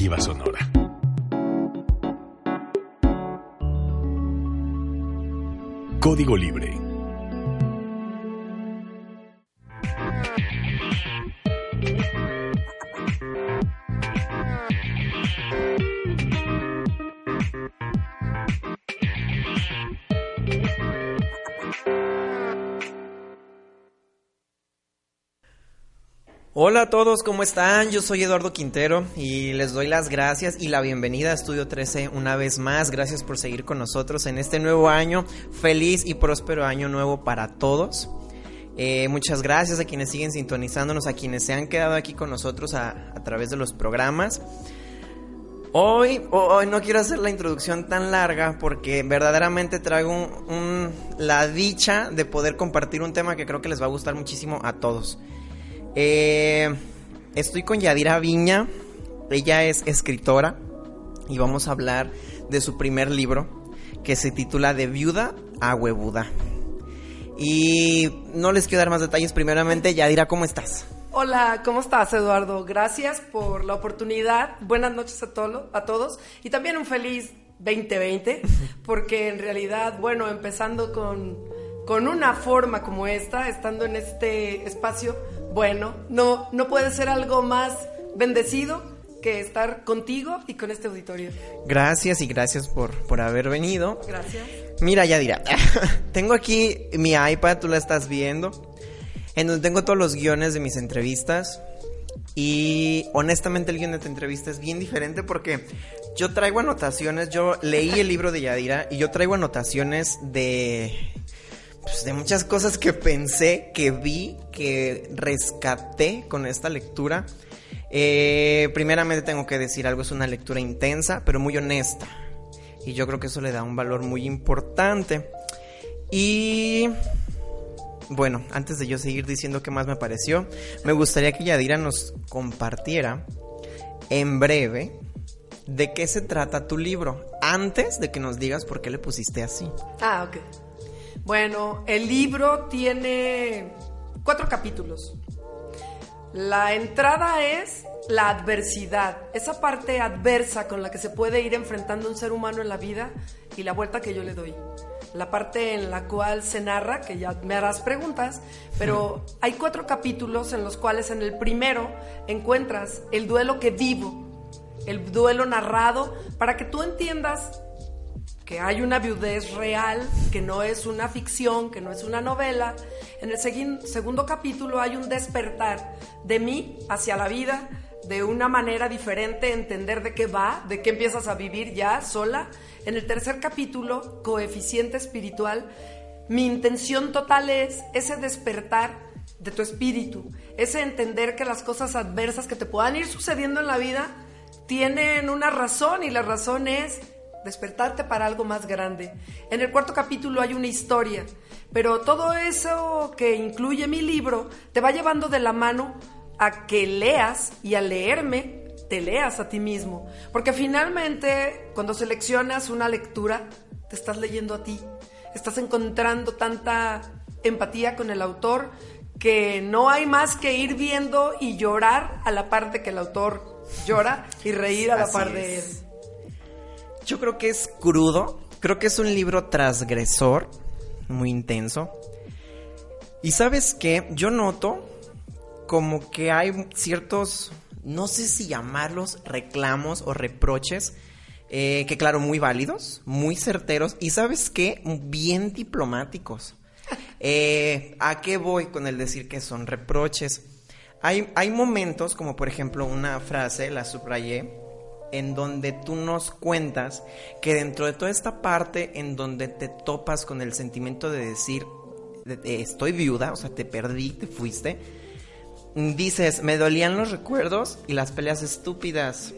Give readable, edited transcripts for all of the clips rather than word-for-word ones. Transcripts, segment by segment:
Alternativa Sonora. Código Libre. Hola a todos, ¿cómo están? Yo soy Eduardo Quintero y les doy las gracias y la bienvenida a Estudio 13 una vez más. Gracias por seguir con nosotros en este nuevo año. Feliz y próspero año nuevo para todos. Muchas gracias a quienes siguen sintonizándonos, a quienes se han quedado aquí con nosotros a través de los programas. Hoy no quiero hacer la introducción tan larga porque verdaderamente traigo la dicha de poder compartir un tema que creo que les va a gustar muchísimo a todos. Estoy con Yadira Viña. Ella es escritora y vamos a hablar de su primer libro que se titula De viuda a huevuda. Y no les quiero dar más detalles. Primeramente, Yadira, ¿cómo estás? Hola, ¿cómo estás, Eduardo? Gracias por la oportunidad. Buenas noches a todos y también un feliz 2020 porque en realidad, bueno, empezando con una forma como esta, estando en este espacio, bueno, no puede ser algo más bendecido que estar contigo y con este auditorio. Gracias y gracias por haber venido. Gracias. Mira, Yadira, tengo aquí mi iPad, tú la estás viendo, en donde tengo todos los guiones de mis entrevistas. Y honestamente el guion de tu entrevista es bien diferente porque yo traigo anotaciones. Yo leí el libro de Yadira y yo traigo anotaciones de muchas cosas que pensé, que vi, que rescaté con esta lectura. Primeramente tengo que decir algo, es una lectura intensa, pero muy honesta. Y yo creo que eso le da un valor muy importante. Y bueno, antes de yo seguir diciendo qué más me pareció, me gustaría que Yadira nos compartiera en breve de qué se trata tu libro, antes de que nos digas por qué le pusiste así. Ok. Bueno, el libro tiene 4 capítulos. La entrada es la adversidad, esa parte adversa con la que se puede ir enfrentando un ser humano en la vida y la vuelta que yo le doy. La parte en la cual se narra, que ya me harás preguntas, pero hay 4 capítulos en los cuales en el primero encuentras el duelo que vivo, el duelo narrado, para que tú entiendas que hay una viudez real, que no es una ficción, que no es una novela. En el segundo capítulo hay un despertar de mí hacia la vida de una manera diferente, entender de qué va, de qué empiezas a vivir ya sola. En el tercer capítulo, coeficiente espiritual, mi intención total es ese despertar de tu espíritu, ese entender que las cosas adversas que te puedan ir sucediendo en la vida tienen una razón y la razón es despertarte para algo más grande. En el cuarto capítulo hay una historia, pero todo eso que incluye mi libro te va llevando de la mano a que leas y al leerme te leas a ti mismo, porque finalmente cuando seleccionas una lectura te estás leyendo a ti, estás encontrando tanta empatía con el autor que no hay más que ir viendo y llorar a la par de que el autor llora y reír a la par de él. Yo creo que es crudo, creo que es un libro transgresor, muy intenso. Y ¿sabes qué? Yo noto como que hay ciertos, no sé si llamarlos reclamos o reproches, que claro, muy válidos, muy certeros y ¿sabes qué? Bien diplomáticos. ¿A qué voy con el decir que son reproches? Hay momentos, como por ejemplo una frase, la subrayé, en donde tú nos cuentas que dentro de toda esta parte en donde te topas con el sentimiento de decir estoy viuda, o sea, te perdí, te fuiste, dices, me dolían los recuerdos y las peleas estúpidas.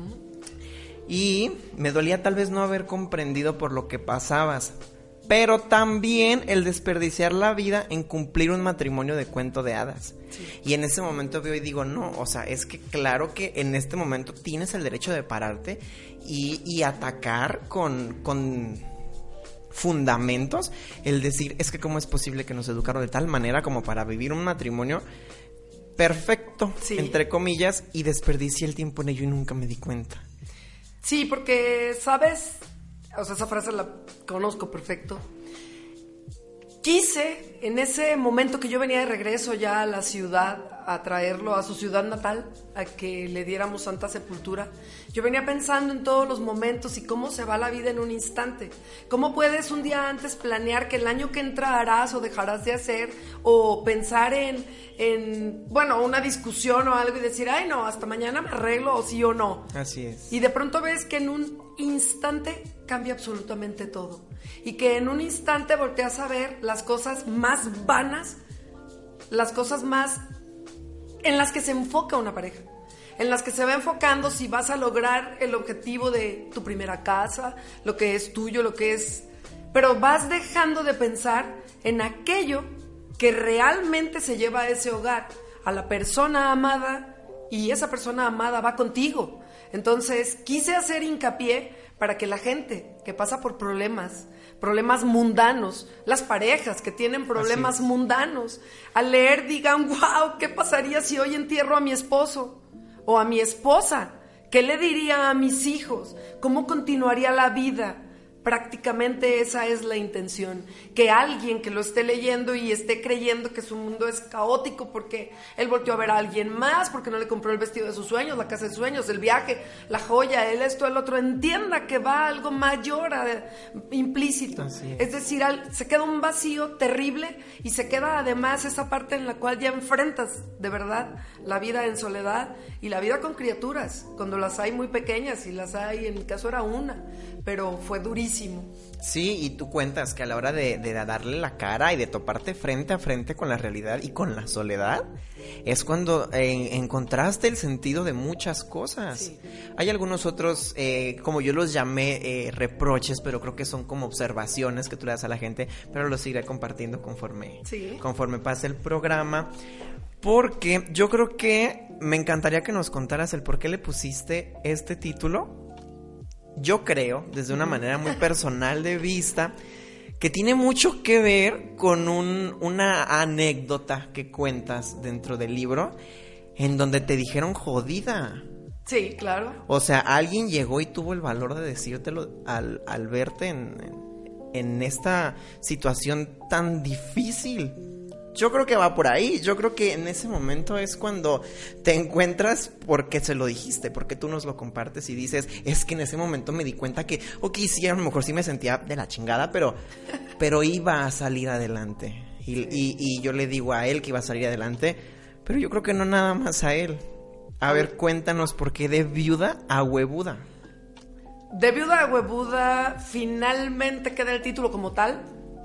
Y me dolía tal vez no haber comprendido por lo que pasabas, pero también el desperdiciar la vida en cumplir un matrimonio de cuento de hadas. Sí. Y en ese momento veo y digo, no, o sea, es que claro que en este momento tienes el derecho de pararte y atacar con fundamentos el decir, es que cómo es posible que nos educaron de tal manera como para vivir un matrimonio perfecto, Sí. entre comillas, y desperdicié el tiempo en ello y nunca me di cuenta. Sí, porque, ¿sabes? O sea, esa frase la conozco perfecto. Quise, en ese momento que yo venía de regreso ya a la ciudad, a traerlo a su ciudad natal, a que le diéramos santa sepultura, yo venía pensando en todos los momentos y cómo se va la vida en un instante. ¿Cómo puedes un día antes planear que el año que entra harás o dejarás de hacer? O pensar bueno, una discusión o algo y decir, ay no, hasta mañana me arreglo o sí o no. Así es. Y de pronto ves que en un instante cambia absolutamente todo. Y que en un instante volteas a ver las cosas más vanas, las cosas más en las que se enfoca una pareja, en las que se va enfocando si vas a lograr el objetivo de tu primera casa, lo que es tuyo, lo que es... Pero vas dejando de pensar en aquello que realmente se lleva a ese hogar, a la persona amada, y esa persona amada va contigo. Entonces quise hacer hincapié para que la gente que pasa por problemas mundanos, las parejas que tienen problemas mundanos, al leer digan, wow, ¿qué pasaría si hoy entierro a mi esposo o a mi esposa? ¿Qué le diría a mis hijos? ¿Cómo continuaría la vida? Prácticamente esa es la intención, que alguien que lo esté leyendo y esté creyendo que su mundo es caótico porque él volteó a ver a alguien más, porque no le compró el vestido de sus sueños, la casa de sus sueños, el viaje, la joya, el esto, el otro, entienda que va algo mayor implícito. Es decir, se queda un vacío terrible y se queda además esa parte en la cual ya enfrentas de verdad la vida en soledad y la vida con criaturas, cuando las hay muy pequeñas y las hay, en mi caso era una, pero fue durísimo. Sí, y tú cuentas que a la hora de darle la cara y de toparte frente a frente con la realidad y con la soledad, es cuando encontraste el sentido de muchas cosas. Sí. Hay algunos otros, como yo los llamé, reproches, pero creo que son como observaciones que tú le das a la gente, pero los seguiré compartiendo conforme pase el programa. Porque yo creo que me encantaría que nos contaras el por qué le pusiste este título. Yo creo, desde una manera muy personal de vista, que tiene mucho que ver con una anécdota que cuentas dentro del libro, en donde te dijeron jodida. Sí, claro. O sea, alguien llegó y tuvo el valor de decírtelo al verte en esta situación tan difícil. Yo creo que va por ahí. Yo creo que en ese momento es cuando te encuentras porque se lo dijiste, porque tú nos lo compartes y dices, es que en ese momento me di cuenta que, ok, sí, a lo mejor sí me sentía de la chingada, pero iba a salir adelante. Y yo le digo a él que iba a salir adelante, pero yo creo que no nada más a él. A ver, cuéntanos por qué de viuda a huevuda. De viuda a huevuda finalmente queda el título como tal.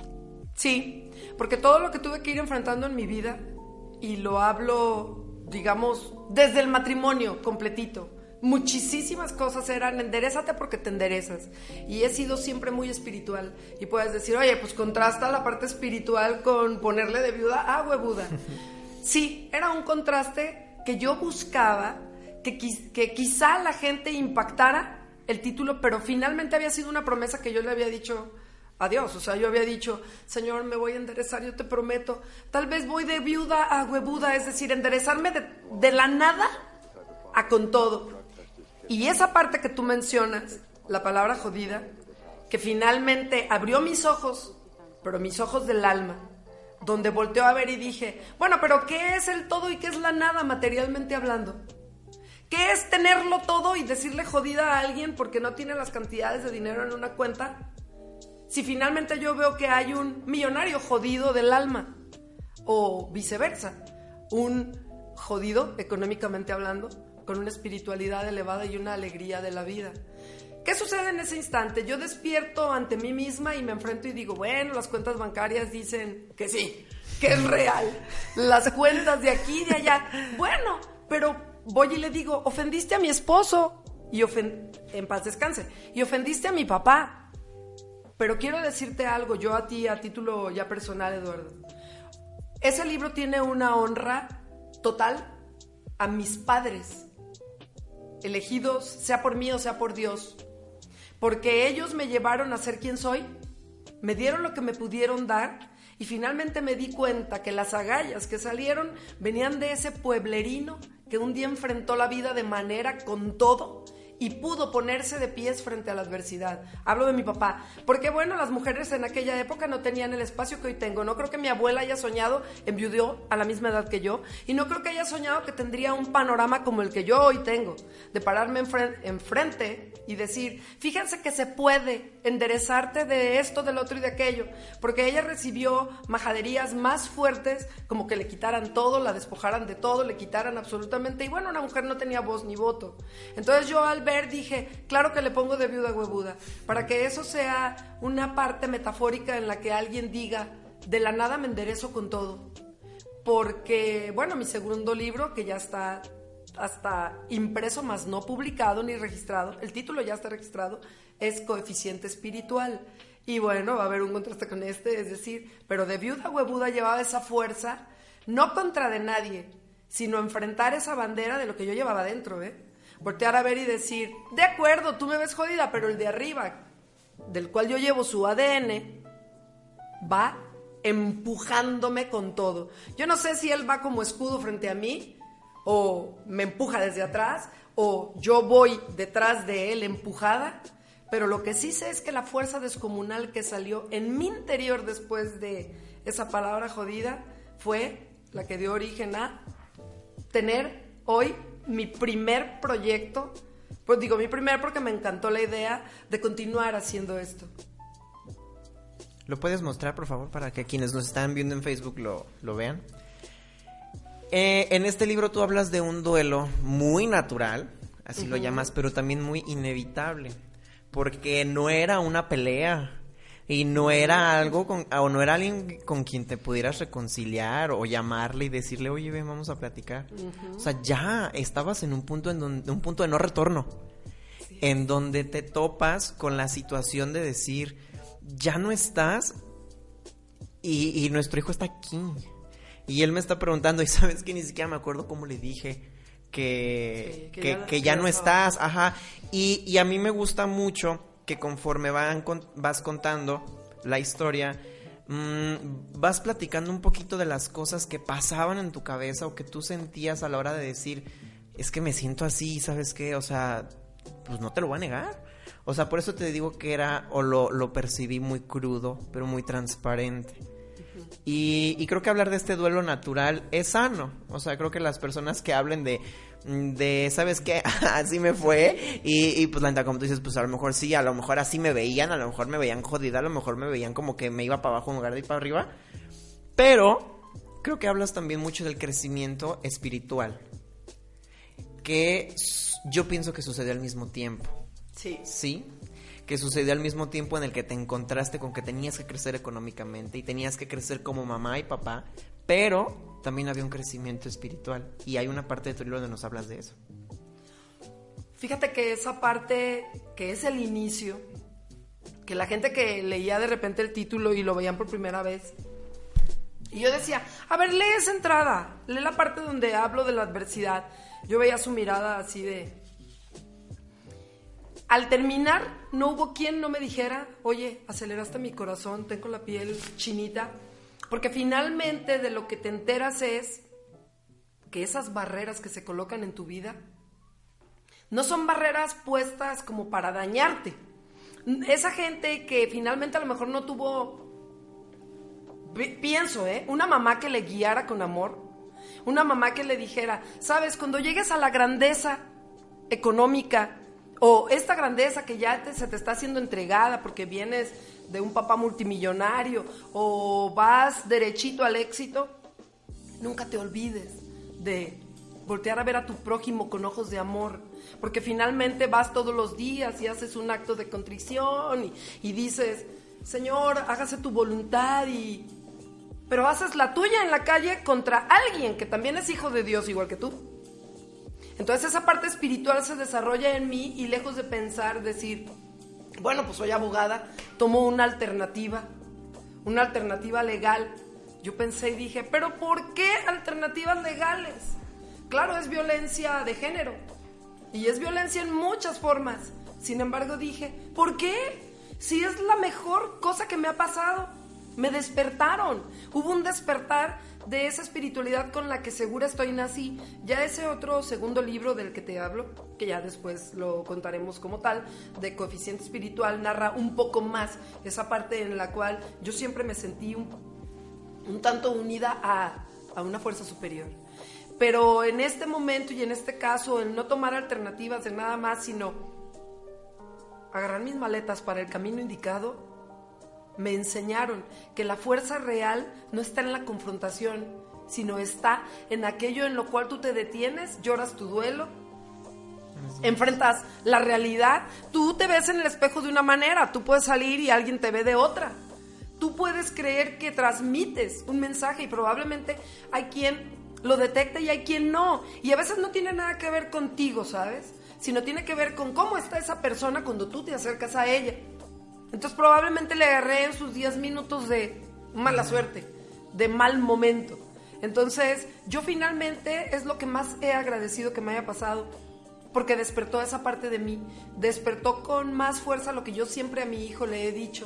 Sí. Porque todo lo que tuve que ir enfrentando en mi vida, y lo hablo, digamos, desde el matrimonio completito, muchísimas cosas eran enderézate porque te enderezas. Y he sido siempre muy espiritual. Y puedes decir, oye, pues contrasta la parte espiritual con ponerle de viuda a huevuda. Sí, era un contraste que yo buscaba, que quizá la gente impactara el título, pero finalmente había sido una promesa que yo le había dicho a Dios. O sea, yo había dicho, Señor, me voy a enderezar, yo te prometo. Tal vez voy de viuda a huevuda, es decir, enderezarme de la nada a con todo. Y esa parte que tú mencionas, la palabra jodida, que finalmente abrió mis ojos, pero mis ojos del alma, donde volteó a ver y dije, bueno, pero ¿qué es el todo y qué es la nada materialmente hablando? ¿Qué es tenerlo todo y decirle jodida a alguien porque no tiene las cantidades de dinero en una cuenta? Si finalmente yo veo que hay un millonario jodido del alma, o viceversa, un jodido económicamente hablando, con una espiritualidad elevada y una alegría de la vida. ¿Qué sucede en ese instante? Yo despierto ante mí misma y me enfrento y digo, bueno, las cuentas bancarias dicen que sí, que es real. Las cuentas de aquí y de allá. Bueno, pero voy y le digo, ofendiste a mi esposo, y en paz descanse, y ofendiste a mi papá. Pero quiero decirte algo, yo a ti, a título ya personal, Eduardo. Ese libro tiene una honra total a mis padres, elegidos, sea por mí o sea por Dios. Porque ellos me llevaron a ser quien soy, me dieron lo que me pudieron dar Y finalmente me di cuenta que las agallas que salieron venían de ese pueblerino que un día enfrentó la vida de manera con todo y pudo ponerse de pies frente a la adversidad. Hablo de mi papá, porque bueno, las mujeres en aquella época no tenían el espacio que hoy tengo. No creo que mi abuela haya soñado, enviudó a la misma edad que yo, y no creo que haya soñado que tendría un panorama como el que yo hoy tengo, de pararme enfrente y decir, fíjense que se puede enderezarte de esto, del otro y de aquello, porque ella recibió majaderías más fuertes, como que le quitaran todo, la despojaran de todo, le quitaran absolutamente, y bueno, una mujer no tenía voz ni voto. Entonces yo al ver dije, claro que le pongo de viuda huevuda, para que eso sea una parte metafórica en la que alguien diga, de la nada me enderezo con todo. Porque, bueno, mi segundo libro, que ya está hasta impreso, más no publicado ni registrado, el título ya está registrado, es Coeficiente Espiritual. Y bueno, va a haber un contraste con este, es decir, pero de viuda huevuda llevaba esa fuerza, no contra de nadie, sino enfrentar esa bandera de lo que yo llevaba dentro, voltear a ver y decir, de acuerdo, tú me ves jodida, pero el de arriba, del cual yo llevo su ADN, va empujándome con todo. Yo no sé si él va como escudo frente a mí, o me empuja desde atrás, o yo voy detrás de él empujada, pero lo que sí sé es que la fuerza descomunal que salió en mi interior después de esa palabra jodida fue la que dio origen a tener hoy mi primer proyecto, pues digo mi primer porque me encantó la idea de continuar haciendo esto. ¿Lo puedes mostrar, por favor, para que quienes nos están viendo en Facebook lo vean? En este libro tú hablas de un duelo muy natural, así lo llamas, pero también muy inevitable, porque no era una pelea y no era algo no era alguien con quien te pudieras reconciliar o llamarle y decirle, oye, ven, vamos a platicar. O sea, ya estabas en un punto un punto de no retorno, en donde te topas con la situación de decir, ya no estás y nuestro hijo está aquí. Y él me está preguntando, y sabes que ni siquiera me acuerdo cómo le dije que ya no estás, ajá. Y a mí me gusta mucho que conforme vas contando la historia, vas platicando un poquito de las cosas que pasaban en tu cabeza o que tú sentías a la hora de decir, es que me siento así, ¿sabes qué? O sea, pues no te lo voy a negar. O sea, por eso te digo que lo percibí muy crudo, pero muy transparente. Y creo que hablar de este duelo natural es sano. O sea, creo que las personas que hablen de ¿sabes qué? Así me fue. Y pues la neta, como tú dices, pues a lo mejor sí, a lo mejor así me veían, a lo mejor me veían jodida, a lo mejor me veían como que me iba para abajo en lugar de ir para arriba. Pero creo que hablas también mucho del crecimiento espiritual, que yo pienso que sucedió al mismo tiempo. Sí. ¿Sí? Que sucedió al mismo tiempo en el que te encontraste con que tenías que crecer económicamente y tenías que crecer como mamá y papá, pero también había un crecimiento espiritual y hay una parte de tu libro donde nos hablas de eso. Fíjate que esa parte que es el inicio, que la gente que leía de repente el título y lo veían por primera vez, y yo decía, a ver, lee esa entrada, lee la parte donde hablo de la adversidad. Yo veía su mirada así de... Al terminar, no hubo quien no me dijera, oye, aceleraste mi corazón, tengo la piel chinita, porque finalmente de lo que te enteras es que esas barreras que se colocan en tu vida no son barreras puestas como para dañarte. Esa gente que finalmente a lo mejor no tuvo, pienso, una mamá que le guiara con amor, una mamá que le dijera, sabes, cuando llegues a la grandeza económica, o esta grandeza que ya se te está siendo entregada porque vienes de un papá multimillonario o vas derechito al éxito, nunca te olvides de voltear a ver a tu prójimo con ojos de amor, porque finalmente vas todos los días y haces un acto de contrición y dices, Señor, hágase tu voluntad, pero haces la tuya en la calle contra alguien que también es hijo de Dios igual que tú. Entonces esa parte espiritual se desarrolla en mí y lejos de pensar, decir, bueno, pues soy abogada, tomo una alternativa legal. Yo pensé y dije, ¿pero por qué alternativas legales? Claro, es violencia de género y es violencia en muchas formas. Sin embargo dije, ¿por qué? Si es la mejor cosa que me ha pasado. me despertaron. Hubo un despertar de esa espiritualidad con la que segura estoy nací. Ya ese otro segundo libro del que te hablo, que ya después lo contaremos como tal, de Coeficiente Espiritual, narra un poco más esa parte en la cual yo siempre me sentí un tanto unida a una fuerza superior. Pero en este momento y en este caso, el no tomar alternativas de nada más, sino agarrar mis maletas para el camino indicado, me enseñaron que la fuerza real no está en la confrontación, sino está en aquello en lo cual tú te detienes, lloras tu duelo, enfrentas la realidad. Tú te ves en el espejo de una manera, tú puedes salir y alguien te ve de otra. Tú puedes creer que transmites un mensaje y probablemente hay quien lo detecta y hay quien no. Y a veces no tiene nada que ver contigo, ¿sabes? Sino tiene que ver con cómo está esa persona cuando tú te acercas a ella. Entonces probablemente le agarré en sus 10 minutos de mala suerte, de mal momento. Entonces yo finalmente es lo que más he agradecido que me haya pasado, porque despertó esa parte de mí, despertó con más fuerza lo que yo siempre a mi hijo le he dicho: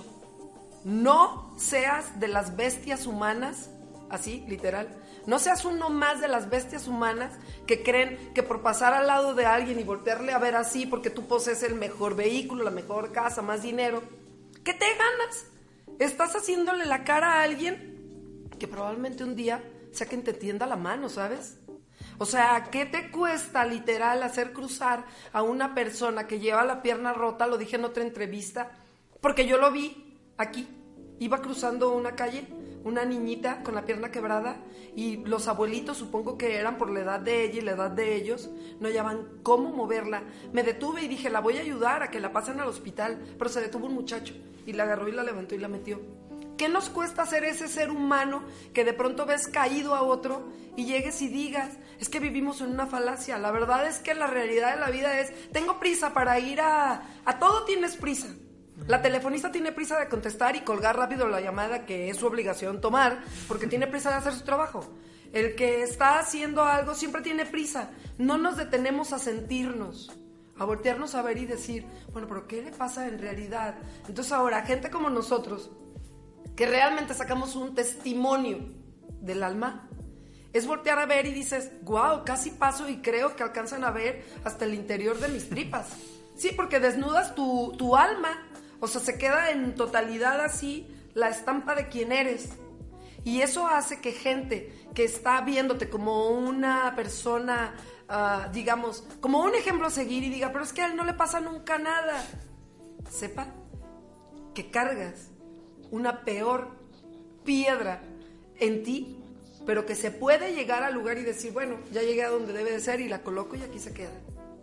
no seas de las bestias humanas, así literal, no seas uno más de las bestias humanas que creen que por pasar al lado de alguien y voltearle a ver así porque tú posees el mejor vehículo, la mejor casa, más dinero, ¿qué te ganas? Estás haciéndole la cara a alguien que probablemente un día sea quien te tienda la mano, ¿sabes? O sea, ¿qué te cuesta literal hacer cruzar a una persona que lleva la pierna rota? Lo dije en otra entrevista, porque yo lo vi aquí. Iba cruzando una calle, una niñita con la pierna quebrada, y los abuelitos, supongo que eran por la edad de ella y la edad de ellos, no hallaban cómo moverla. Me detuve y dije, la voy a ayudar a que la pasen al hospital, pero se detuvo un muchacho y la agarró y la levantó y la metió. ¿Qué nos cuesta ser ese ser humano que de pronto ves caído a otro y llegues y digas, es que vivimos en una falacia? La verdad es que la realidad de la vida es, tengo prisa para ir a todo tienes prisa. La telefonista tiene prisa de contestar y colgar rápido la llamada que es su obligación tomar, porque tiene prisa de hacer su trabajo. El que está haciendo algo siempre tiene prisa. No nos detenemos a sentirnos, a voltearnos a ver y decir, bueno, pero ¿qué le pasa en realidad? Entonces ahora, gente como nosotros, que realmente sacamos un testimonio del alma, es voltear a ver y dices, wow, casi paso y creo que alcanzan a ver hasta el interior de mis tripas. Sí, porque desnudas tu alma. O sea, se queda en totalidad así la estampa de quién eres. Y eso hace que gente que está viéndote como una persona, digamos, como un ejemplo a seguir y diga, pero es que a él no le pasa nunca nada, sepa que cargas una peor piedra en ti, pero que se puede llegar al lugar y decir, bueno, ya llegué a donde debe de ser y la coloco y aquí se queda.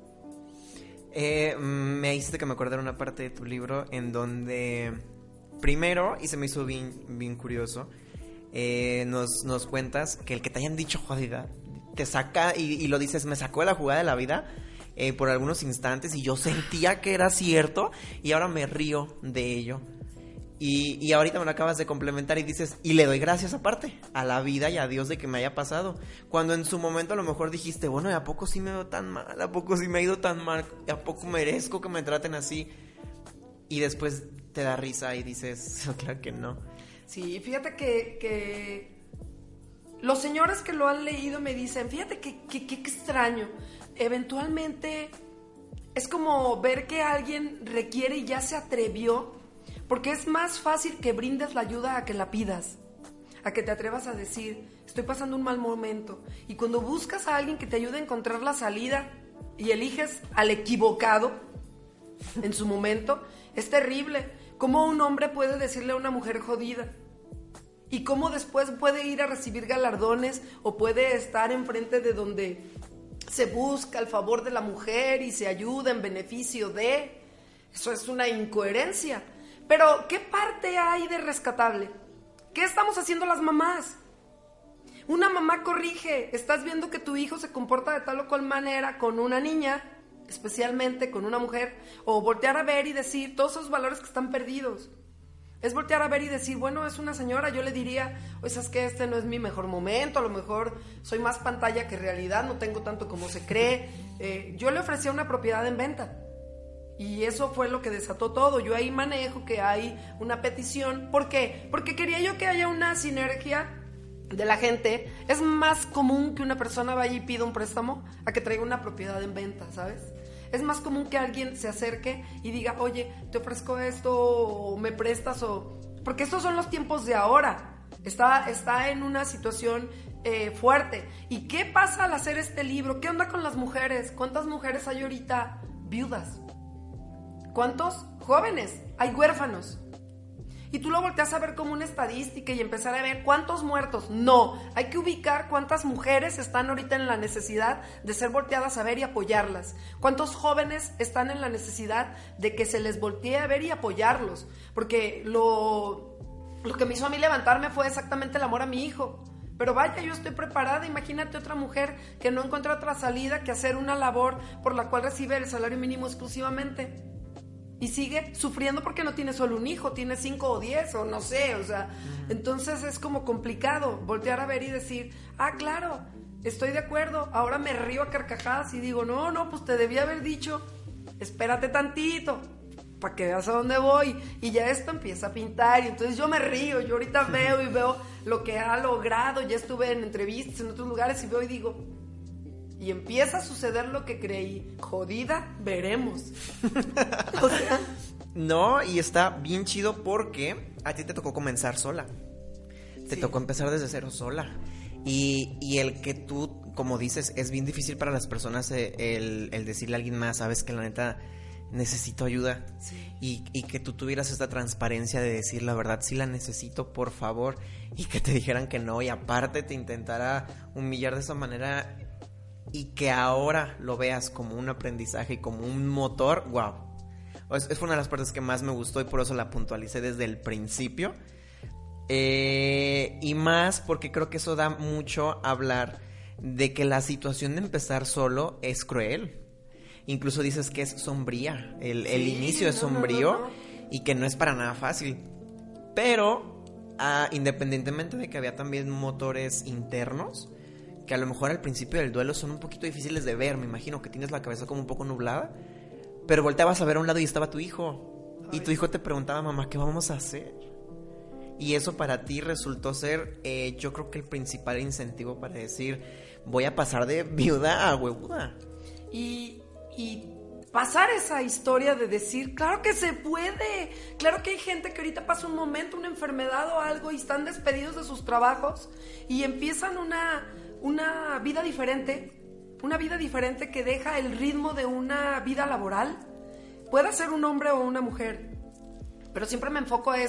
Me hiciste que me acordara una parte de tu libro en donde primero, y se me hizo bien curioso, nos cuentas que el que te hayan dicho jodida te saca y lo dices, me sacó de la jugada de la vida por algunos instantes y yo sentía que era cierto y ahora me río de ello. Y ahorita me lo acabas de complementar y dices, y le doy gracias aparte a la vida y a Dios de que me haya pasado. Cuando en su momento a lo mejor dijiste, bueno, ¿y a poco sí me veo tan mal? ¿A poco sí me ha ido tan mal? ¿A poco merezco que me traten así? Y después te da risa y dices, claro que no. Sí, fíjate que los señores que lo han leído me dicen, fíjate que extraño. Eventualmente es como ver que alguien requiere y ya se atrevió. Porque es más fácil que brindes la ayuda a que la pidas, a que te atrevas a decir, estoy pasando un mal momento. Y cuando buscas a alguien que te ayude a encontrar la salida y eliges al equivocado en su momento, es terrible. ¿Cómo un hombre puede decirle a una mujer jodida? Y cómo después puede ir a recibir galardones o puede estar enfrente de donde se busca el favor de la mujer y se ayuda en beneficio de... Eso es una incoherencia. Pero, ¿qué parte hay de rescatable? ¿Qué estamos haciendo las mamás? Una mamá corrige, estás viendo que tu hijo se comporta de tal o cual manera con una niña, especialmente con una mujer, o voltear a ver y decir todos esos valores que están perdidos. Es voltear a ver y decir, bueno, es una señora, yo le diría, oye, ¿sabes qué? Este no es mi mejor momento, a lo mejor soy más pantalla que realidad, no tengo tanto como se cree. Yo le ofrecía una propiedad en venta. Y eso fue lo que desató todo. Yo ahí manejo que hay una petición. ¿Por qué? Porque quería yo que haya una sinergia de la gente. Es más común que una persona vaya y pida un préstamo a que traiga una propiedad en venta, ¿sabes? Es más común que alguien se acerque y diga, oye, te ofrezco esto, o me prestas, o... Porque estos son los tiempos de ahora. Está en una situación fuerte. ¿Y qué pasa al hacer este libro? ¿Qué onda con las mujeres? ¿Cuántas mujeres hay ahorita viudas? ¿Cuántos jóvenes? Hay huérfanos. Y tú lo volteas a ver como una estadística y empezar a ver cuántos muertos. No, hay que ubicar cuántas mujeres están ahorita en la necesidad de ser volteadas a ver y apoyarlas. Cuántos jóvenes están en la necesidad de que se les voltee a ver y apoyarlos. Porque lo que me hizo a mí levantarme fue exactamente el amor a mi hijo. Pero vaya, yo estoy preparada. Imagínate otra mujer que no encuentra otra salida que hacer una labor por la cual recibe el salario mínimo exclusivamente. Y sigue sufriendo porque no tiene solo un hijo, tiene 5 o 10 o no sé, o sea, entonces es como complicado voltear a ver y decir, claro, estoy de acuerdo, ahora me río a carcajadas y digo, no, pues te debía haber dicho, espérate tantito, para que veas a dónde voy, y ya esto empieza a pintar, y entonces yo me río, yo ahorita veo lo que ha logrado, ya estuve en entrevistas en otros lugares y veo y digo... Y empieza a suceder lo que creí. Jodida, veremos. O sea... No, y está bien chido porque a ti te tocó comenzar sola. Te tocó empezar desde cero sola. Y el que tú, como dices, es bien difícil para las personas el decirle a alguien más, sabes que la neta necesito ayuda. Sí. Y que tú tuvieras esta transparencia de decir la verdad, sí la necesito, por favor. Y que te dijeran que no, y aparte te intentara humillar de esa manera... Y que ahora lo veas como un aprendizaje y como un motor, wow. Es una de las partes que más me gustó y por eso la puntualicé desde el principio. Y más porque creo que eso da mucho a hablar de que la situación de empezar solo es cruel. Incluso dices que es sombría. El inicio es sombrío y que no es para nada fácil. Pero, independientemente de que había también motores internos... que a lo mejor al principio del duelo son un poquito difíciles de ver, me imagino que tienes la cabeza como un poco nublada, pero volteabas a ver a un lado y estaba tu hijo. Y tu hijo te preguntaba, mamá, ¿qué vamos a hacer? Y eso para ti resultó ser, yo creo que el principal incentivo para decir, voy a pasar de viuda a huevuda. Y pasar esa historia de decir, claro que se puede, claro que hay gente que ahorita pasa un momento, una enfermedad o algo y están despedidos de sus trabajos y empiezan una vida diferente que deja el ritmo de una vida laboral. Puede ser un hombre o una mujer, pero siempre me enfoco a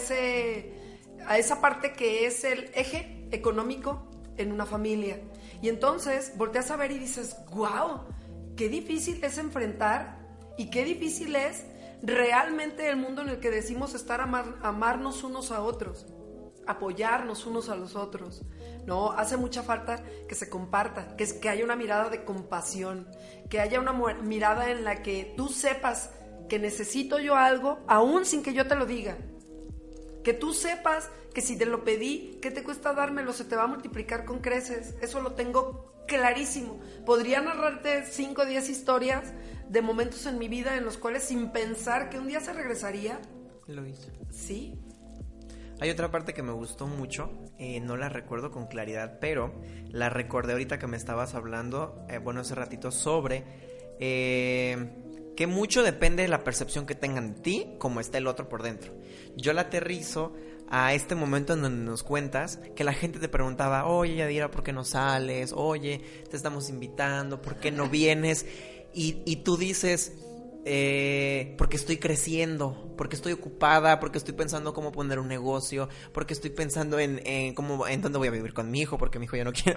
esa parte que es el eje económico en una familia. Y entonces volteas a ver y dices, wow, qué difícil es enfrentar y qué difícil es realmente el mundo en el que decimos estar amarnos unos a otros, apoyarnos unos a los otros. No, hace mucha falta que se comparta, que haya una mirada de compasión, que haya una mirada en la que tú sepas que necesito yo algo, aún sin que yo te lo diga. Que tú sepas que si te lo pedí, ¿qué te cuesta dármelo? Se te va a multiplicar con creces. Eso lo tengo clarísimo. Podría narrarte 5 o 10 historias de momentos en mi vida en los cuales sin pensar que un día se regresaría. Lo hice. Sí. Hay otra parte que me gustó mucho, no la recuerdo con claridad, pero la recordé ahorita que me estabas hablando, hace ratito, sobre que mucho depende de la percepción que tengan de ti, como está el otro por dentro. Yo la aterrizo a este momento en donde nos cuentas que la gente te preguntaba, oye, Yadira, ¿por qué no sales? Oye, te estamos invitando, ¿por qué no vienes? Y tú dices... porque estoy creciendo, porque estoy ocupada, porque estoy pensando cómo poner un negocio, porque estoy pensando en dónde voy a vivir con mi hijo, porque mi hijo ya no quiere,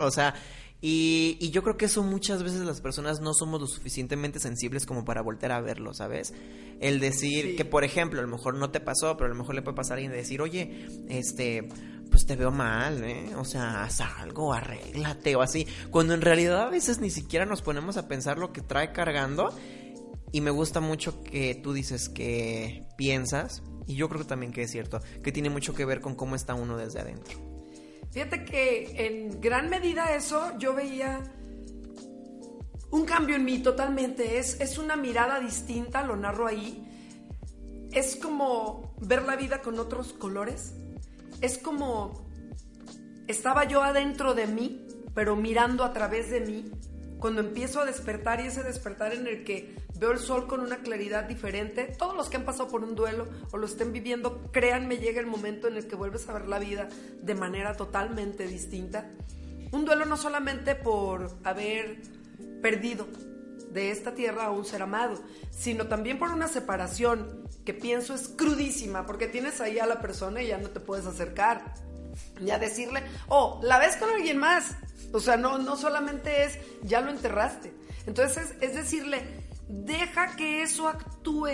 y yo creo que eso muchas veces las personas no somos lo suficientemente sensibles como para voltear a verlo, ¿sabes? El decir que, por ejemplo, a lo mejor no te pasó, pero a lo mejor le puede pasar a alguien de decir, oye, pues te veo mal, haz algo, arréglate o así, cuando en realidad a veces ni siquiera nos ponemos a pensar lo que trae cargando. Y me gusta mucho que tú dices que piensas, y yo creo también que es cierto, que tiene mucho que ver con cómo está uno desde adentro. Fíjate que en gran medida eso yo veía un cambio en mí totalmente. Es una mirada distinta, lo narro ahí. Es como ver la vida con otros colores. Es como estaba yo adentro de mí, pero mirando a través de mí. Cuando empiezo a despertar, y ese despertar en el que veo el sol con una claridad diferente, todos los que han pasado por un duelo o lo estén viviendo, créanme, llega el momento en el que vuelves a ver la vida de manera totalmente distinta. Un duelo no solamente por haber perdido de esta tierra a un ser amado, sino también por una separación que pienso es crudísima, porque tienes ahí a la persona y ya no te puedes acercar, ya decirle, la ves con alguien más. O sea, no solamente es, ya lo enterraste. Entonces es decirle, deja que eso actúe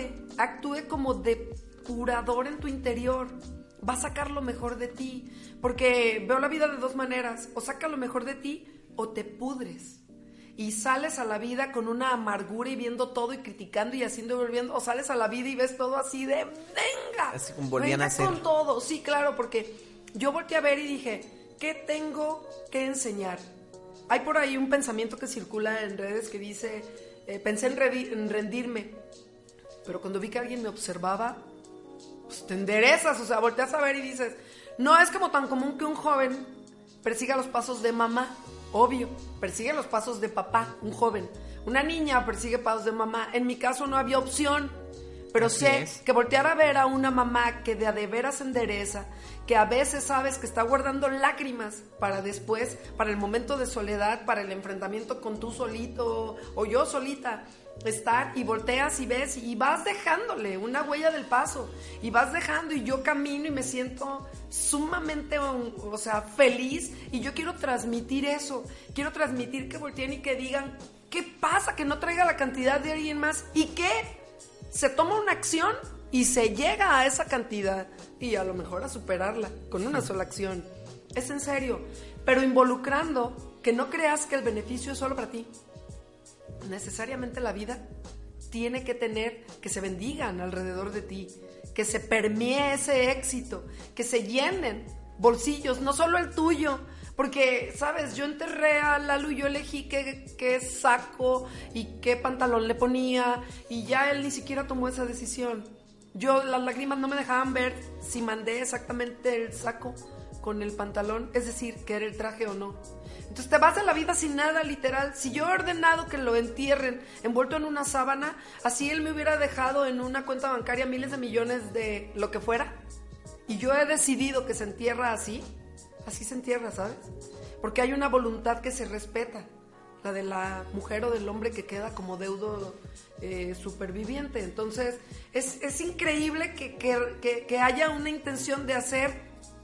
como depurador en tu interior. Va a sacar lo mejor de ti. Porque veo la vida de dos maneras. O saca lo mejor de ti o te pudres. Y sales a la vida con una amargura y viendo todo y criticando y haciendo y volviendo. O sales a la vida y ves todo así de, venga. Así como volvían a hacer. Con todo. Sí, claro, porque yo volteé a ver y dije, ¿qué tengo que enseñar? Hay por ahí un pensamiento que circula en redes que dice, pensé en rendirme, pero cuando vi que alguien me observaba, pues te enderezas, o sea, volteas a ver y dices, no es como tan común que un joven persiga los pasos de mamá, obvio, persigue los pasos de papá, un joven. Una niña persigue pasos de mamá. En mi caso no había opción, pero Así sé es. que voltear a ver a una mamá que de a de veras endereza, que a veces sabes que está guardando lágrimas para después, para el momento de soledad, para el enfrentamiento con tú solito o yo solita, estar, y volteas y ves y vas dejándole una huella del paso y vas dejando, y yo camino y me siento sumamente, o sea, feliz, y yo quiero transmitir eso, quiero transmitir que volteen y que digan, ¿qué pasa? Que no traiga la cantidad de alguien más y que se toma una acción y se llega a esa cantidad y a lo mejor a superarla con una sola acción. Es en serio, pero involucrando que no creas que el beneficio es solo para ti. Necesariamente la vida tiene que tener que se bendigan alrededor de ti, que se permee ese éxito, que se llenen bolsillos, no solo el tuyo. Porque, ¿sabes? Yo enterré a Lalu y yo elegí qué saco y qué pantalón le ponía, y ya él ni siquiera tomó esa decisión. Las lágrimas no me dejaban ver si mandé exactamente el saco con el pantalón, es decir, que era el traje o no. Entonces te vas de la vida sin nada, literal. Si yo he ordenado que lo entierren envuelto en una sábana, así él me hubiera dejado en una cuenta bancaria miles de millones de lo que fuera, y yo he decidido que se entierra así se entierra, ¿sabes? Porque hay una voluntad que se respeta, la de la mujer o del hombre que queda como deudo superviviente. Entonces es increíble que haya una intención de hacer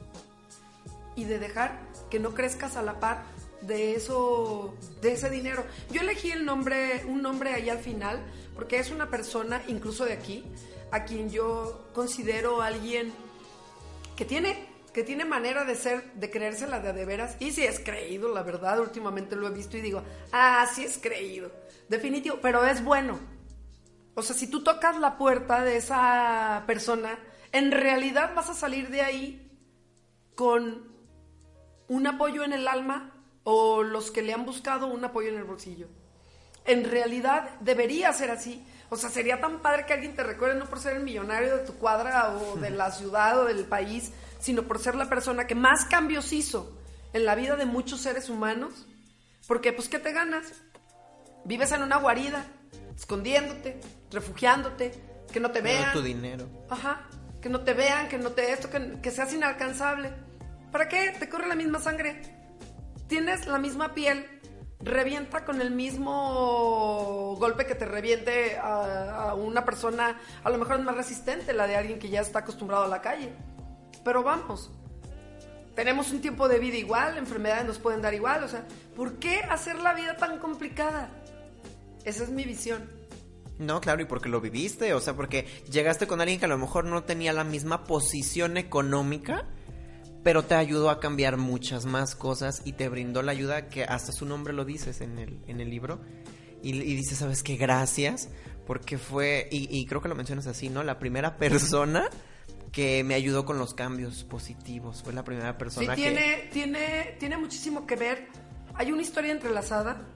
y de dejar que no crezcas a la par de eso, de ese dinero. Yo elegí un nombre ahí al final porque es una persona, incluso de aquí, a quien yo considero alguien que tiene manera de ser, de creérsela de veras. Y sí es creído, la verdad, últimamente lo he visto y digo, sí es creído, definitivo, pero es bueno. O sea, si tú tocas la puerta de esa persona, en realidad vas a salir de ahí con un apoyo en el alma, o los que le han buscado un apoyo en el bolsillo. En realidad debería ser así. O sea, sería tan padre que alguien te recuerde, no por ser el millonario de tu cuadra o de la ciudad o del país, sino por ser la persona que más cambios hizo en la vida de muchos seres humanos. Porque, pues, ¿qué te ganas? Vives en una guarida, escondiéndote, refugiándote, que no te vean. Tu dinero. Ajá, que no te vean, que seas inalcanzable. ¿Para qué? Te corre la misma sangre. Tienes la misma piel. Revienta con el mismo golpe que te reviente a una persona, a lo mejor es más resistente la de alguien que ya está acostumbrado a la calle. Pero vamos, tenemos un tiempo de vida igual, enfermedades nos pueden dar igual, o sea, ¿por qué hacer la vida tan complicada? Esa es mi visión. No, claro, y porque lo viviste, o sea, porque llegaste con alguien que a lo mejor no tenía la misma posición económica, pero te ayudó a cambiar muchas más cosas y te brindó la ayuda que hasta su nombre lo dices en el libro. Y dices, ¿sabes qué? Gracias, porque fue, y creo que lo mencionas así, ¿no? La primera persona que me ayudó con los cambios positivos. Fue la primera persona tiene muchísimo que ver. Hay una historia entrelazada.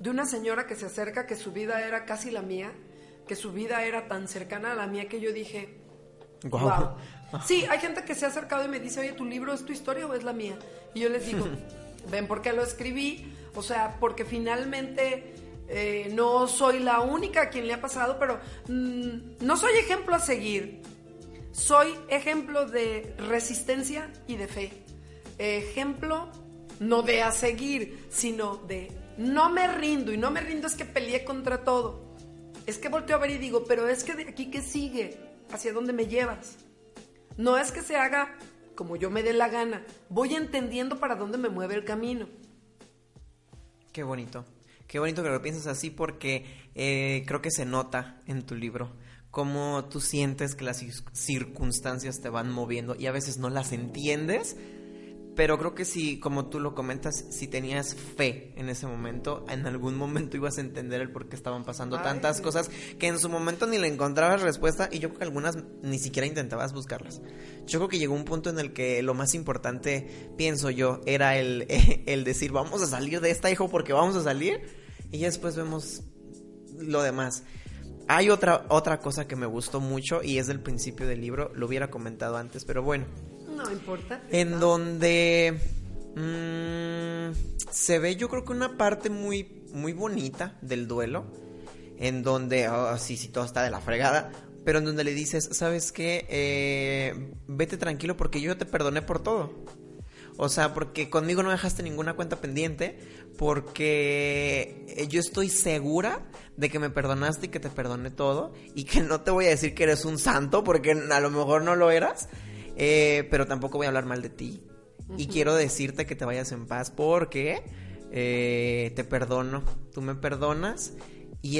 de una señora que se acerca, que su vida era casi la mía, que su vida era tan cercana a la mía que yo dije, wow. Sí, hay gente que se ha acercado y me dice, oye, ¿tu libro es tu historia o es la mía? Y yo les digo, ven por qué lo escribí, o sea, porque finalmente no soy la única a quien le ha pasado, pero no soy ejemplo a seguir, soy ejemplo de resistencia y de fe, ejemplo no de a seguir, sino de no me rindo, y no me rindo es que peleé contra todo, es que volteo a ver y digo, pero es que de aquí ¿qué sigue? ¿Hacia dónde me llevas? No es que se haga como yo me dé la gana, voy entendiendo para dónde me mueve el camino. Qué bonito que lo pienses así, porque creo que se nota en tu libro cómo tú sientes que las circunstancias te van moviendo y a veces no las entiendes, pero creo que si, como tú lo comentas, si tenías fe en ese momento, en algún momento ibas a entender el por qué estaban pasando tantas cosas que en su momento ni le encontrabas respuesta, y yo creo que algunas ni siquiera intentabas buscarlas. Yo creo que llegó un punto en el que lo más importante, pienso yo, era el decir, vamos a salir de esta, hijo, porque vamos a salir, y ya después vemos lo demás. Hay otra cosa que me gustó mucho y es del principio del libro, lo hubiera comentado antes, pero bueno. No importa. En donde se ve, yo creo que una parte muy, muy bonita del duelo, en donde, sí, todo está de la fregada, pero en donde le dices, ¿sabes qué? Vete tranquilo porque yo te perdoné por todo. O sea, porque conmigo no dejaste ninguna cuenta pendiente, porque yo estoy segura de que me perdonaste y que te perdoné todo, y que no te voy a decir que eres un santo, porque a lo mejor no lo eras, pero tampoco voy a hablar mal de ti. Y quiero decirte que te vayas en paz porque te perdono, tú me perdonas, y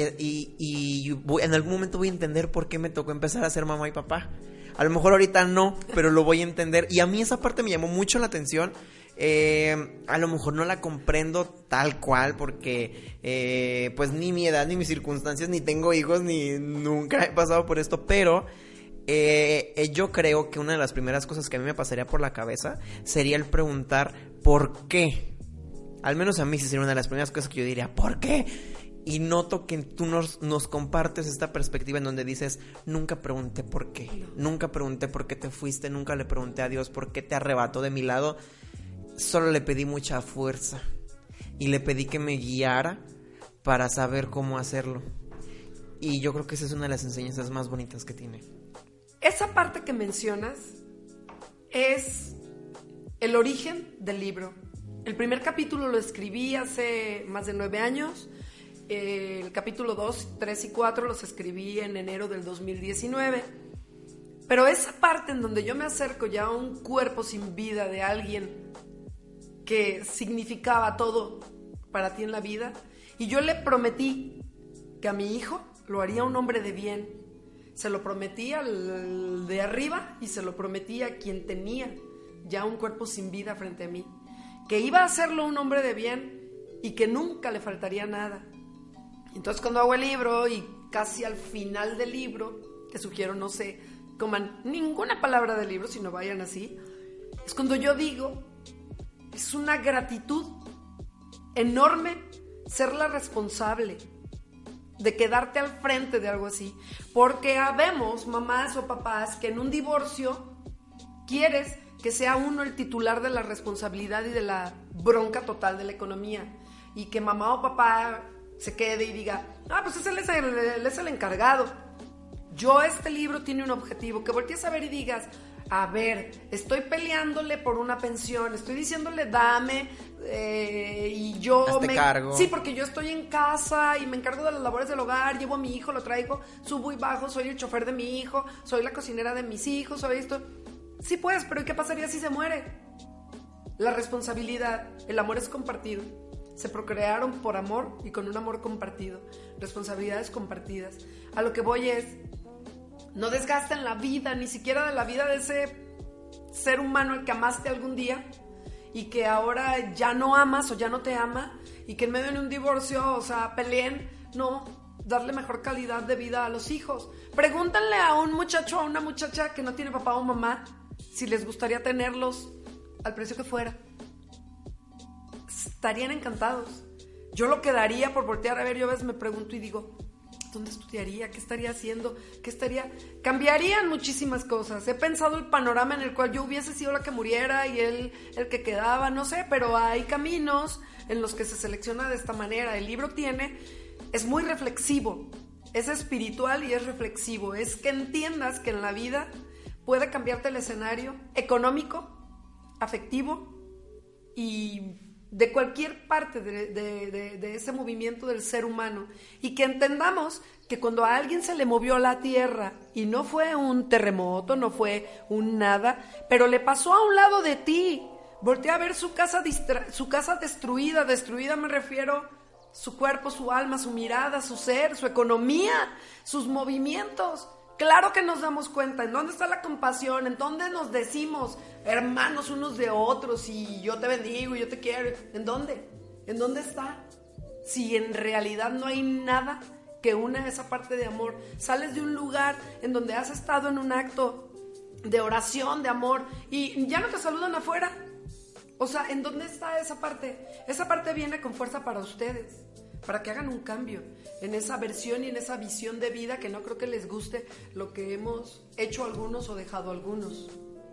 en algún momento voy a entender por qué me tocó empezar a ser mamá y papá. A lo mejor ahorita no, pero lo voy a entender. Y a mí esa parte me llamó mucho la atención. A lo mejor no la comprendo tal cual porque pues ni mi edad, ni mis circunstancias, ni tengo hijos, ni nunca he pasado por esto, pero yo creo que una de las primeras cosas que a mí me pasaría por la cabeza sería el preguntar ¿por qué? Al menos a mí sí sería una de las primeras cosas que yo diría, ¿por qué? Y noto que tú nos compartes esta perspectiva en donde dices, nunca pregunté por qué, nunca pregunté por qué te fuiste, nunca le pregunté a Dios por qué te arrebató de mi lado, solo le pedí mucha fuerza y le pedí que me guiara para saber cómo hacerlo. Y yo creo que esa es una de las enseñanzas más bonitas que tiene. Esa parte que mencionas es el origen del libro. El primer capítulo lo escribí hace más de 9 años. El capítulo 2, 3 y 4 los escribí en enero del 2019. Pero esa parte en donde yo me acerco ya a un cuerpo sin vida de alguien que significaba todo para ti en la vida, y yo le prometí que a mi hijo lo haría un hombre de bien. Se lo prometí al de arriba y se lo prometí a quien tenía ya un cuerpo sin vida frente a mí, que iba a hacerlo un hombre de bien y que nunca le faltaría nada. Entonces cuando hago el libro y casi al final del libro, que sugiero no se coman ninguna palabra del libro, sino vayan así, es cuando yo digo, es una gratitud enorme ser la responsable de quedarte al frente de algo así, porque habemos mamás o papás que en un divorcio quieres que sea uno el titular de la responsabilidad y de la bronca total de la economía, y que mamá o papá se quede y diga, pues él es el encargado. Este libro tiene un objetivo, que voltees a ver y digas, a ver, estoy peleándole por una pensión, estoy diciéndole dame, y yo hazte cargo. Sí, porque yo estoy en casa y me encargo de las labores del hogar, llevo a mi hijo, lo traigo, subo y bajo, soy el chofer de mi hijo, soy la cocinera de mis hijos, soy esto. Sí, pues, pero ¿y qué pasaría si se muere? La responsabilidad, el amor es compartido. Se procrearon por amor y con un amor compartido. Responsabilidades compartidas. A lo que voy es, no desgasten la vida, ni siquiera de la vida de ese ser humano al que amaste algún día y que ahora ya no amas o ya no te ama, y que en medio de un divorcio, peleen. No, darle mejor calidad de vida a los hijos. Pregúntenle a un muchacho o a una muchacha que no tiene papá o mamá si les gustaría tenerlos al precio que fuera. Estarían encantados. Yo lo que daría por voltear a ver, yo a veces me pregunto y digo, ¿dónde estudiaría? ¿Qué estaría haciendo? Cambiarían muchísimas cosas. He pensado el panorama en el cual yo hubiese sido la que muriera y él el que quedaba, no sé, pero hay caminos en los que se selecciona de esta manera. El libro es muy reflexivo, es espiritual y es reflexivo. Es que entiendas que en la vida puede cambiarte el escenario económico, afectivo y de cualquier parte de ese movimiento del ser humano, y que entendamos que cuando a alguien se le movió la tierra y no fue un terremoto, no fue un nada, pero le pasó a un lado de ti, voltea a ver su casa destruida me refiero su cuerpo, su alma, su mirada, su ser, su economía, sus movimientos. Claro que nos damos cuenta. ¿En dónde está la compasión? ¿En dónde nos decimos hermanos unos de otros y yo te bendigo y yo te quiero? ¿En dónde? ¿En dónde está? Si en realidad no hay nada que una esa parte de amor. Sales de un lugar en donde has estado en un acto de oración, de amor, y ya no te saludan afuera. O sea, ¿en dónde está esa parte? Esa parte viene con fuerza para ustedes, para que hagan un cambio en esa versión y en esa visión de vida que no creo que les guste lo que hemos hecho algunos o dejado algunos.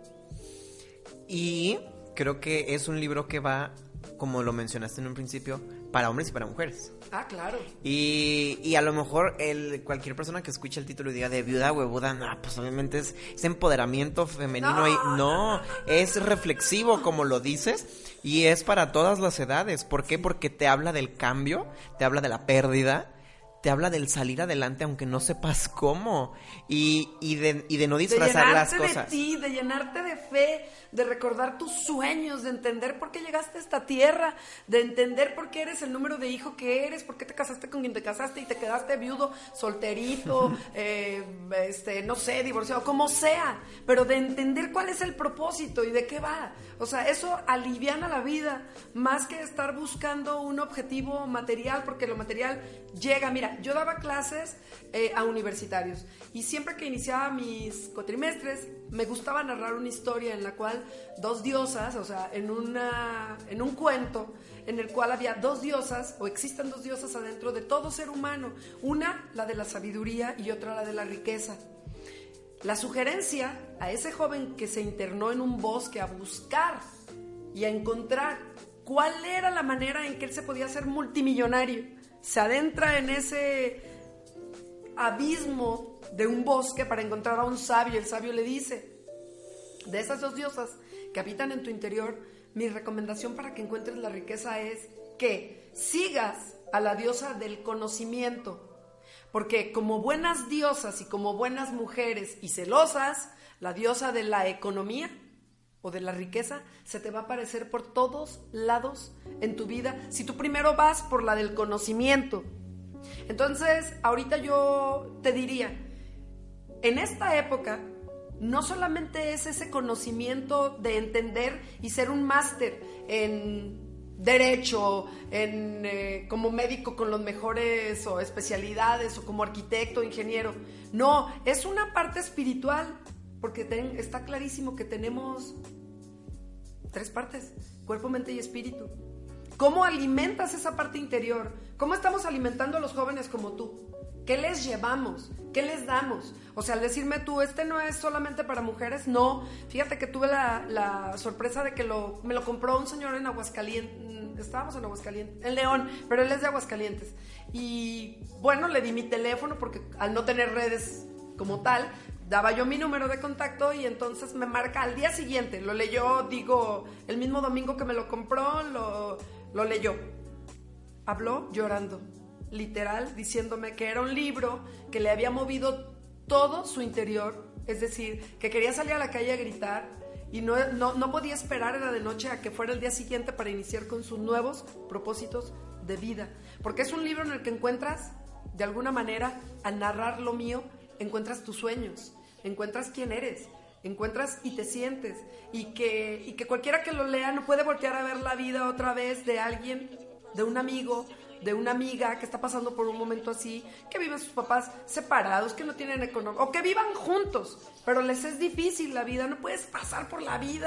Y creo que es un libro que va, como lo mencionaste en un principio, para hombres y para mujeres. Ah, claro. Y a lo mejor cualquier persona que escuche el título y diga de viuda huevuda, no, pues obviamente es empoderamiento femenino. No, es reflexivo, como lo dices, y es para todas las edades. ¿Por qué? Porque te habla del cambio, te habla de la pérdida, te habla del salir adelante aunque no sepas cómo, y de no disfrazar las cosas. De llenarte de fe, de recordar tus sueños, de entender por qué llegaste a esta tierra, de entender por qué eres el número de hijo que eres, por qué te casaste con quien te casaste y te quedaste viudo, solterito, no sé, divorciado, como sea, pero de entender cuál es el propósito y de qué va. O sea, eso aliviana la vida, más que estar buscando un objetivo material, porque lo material llega. Mira, yo daba clases a universitarios y siempre que iniciaba mis cuatrimestres me gustaba narrar una historia en la cual dos diosas, o sea, en un cuento en el cual había dos diosas, o existen dos diosas adentro de todo ser humano, una la de la sabiduría y otra la de la riqueza. La sugerencia a ese joven que se internó en un bosque a buscar y a encontrar cuál era la manera en que él se podía hacer multimillonario, se adentra en ese abismo de un bosque para encontrar a un sabio. El sabio le dice: de esas dos diosas que habitan en tu interior, mi recomendación para que encuentres la riqueza es que sigas a la diosa del conocimiento, porque como buenas diosas y como buenas mujeres y celosas, la diosa de la economía o de la riqueza se te va a aparecer por todos lados en tu vida si tú primero vas por la del conocimiento. Entonces, ahorita yo te diría, en esta época no solamente es ese conocimiento de entender y ser un máster en derecho, como médico con los mejores o especialidades, o como arquitecto, ingeniero. No, es una parte espiritual, porque está clarísimo que tenemos tres partes: cuerpo, mente y espíritu. ¿Cómo alimentas esa parte interior? ¿Cómo estamos alimentando a los jóvenes como tú? ¿Qué les llevamos? ¿Qué les damos? O sea, al decirme tú, no es solamente para mujeres, no. Fíjate que tuve la sorpresa de que me lo compró un señor en Aguascalientes. Estábamos en Aguascalientes, en León, pero él es de Aguascalientes. Y bueno, le di mi teléfono porque al no tener redes como tal, daba yo mi número de contacto y entonces me marca al día siguiente. Lo leyó, el mismo domingo que me lo compró, lo leyó. Habló llorando, literal, diciéndome que era un libro que le había movido todo su interior, es decir, que quería salir a la calle a gritar y no podía esperar, era de noche, a que fuera el día siguiente para iniciar con sus nuevos propósitos de vida. Porque es un libro en el que encuentras, de alguna manera, al narrar lo mío, encuentras tus sueños, encuentras quién eres, encuentras y te sientes, y que cualquiera que lo lea no puede voltear a ver la vida otra vez de alguien, de un amigo, de una amiga que está pasando por un momento así, que viven sus papás separados, que no tienen economía, o que vivan juntos, pero les es difícil la vida. No puedes pasar por la vida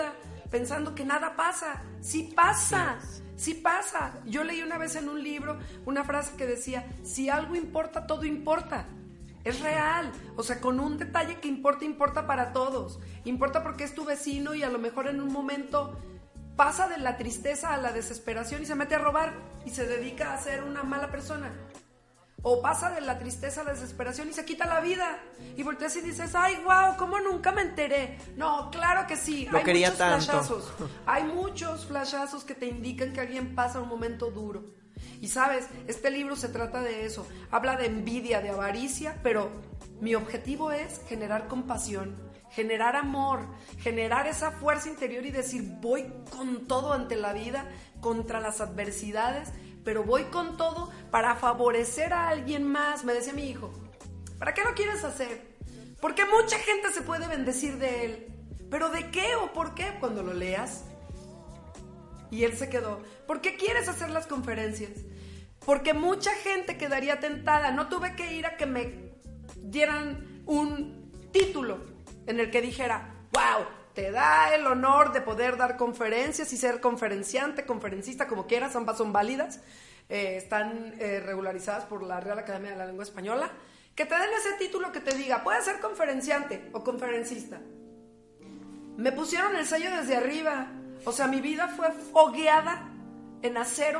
pensando que nada pasa. Sí pasa, sí pasa. Yo leí una vez en un libro una frase que decía, si algo importa, todo importa. Es real, o sea, con un detalle que importa para todos. Importa porque es tu vecino y a lo mejor en un momento pasa de la tristeza a la desesperación y se mete a robar y se dedica a ser una mala persona. O pasa de la tristeza a la desesperación y se quita la vida. Y volteas y dices, ay, wow, ¿cómo nunca me enteré? No, claro que sí. Lo quería tanto. Flashazos. Hay muchos flashazos que te indican que alguien pasa un momento duro. Y sabes, este libro se trata de eso. Habla de envidia, de avaricia, pero mi objetivo es generar compasión, generar amor, generar esa fuerza interior y decir, voy con todo ante la vida, contra las adversidades, pero voy con todo para favorecer a alguien más. Me decía mi hijo, ¿para qué lo quieres hacer? Porque mucha gente se puede bendecir de él. ¿Pero de qué o por qué? Cuando lo leas. Y él se quedó, ¿por qué quieres hacer las conferencias? Porque mucha gente quedaría tentada. No tuve que ir a que me dieran un título en el que dijera, wow, te da el honor de poder dar conferencias y ser conferenciante, conferencista, como quieras, ambas son válidas, están regularizadas por la Real Academia de la Lengua Española, que te den ese título que te diga, puedes ser conferenciante o conferencista. Me pusieron el sello desde arriba, o sea, mi vida fue fogueada en acero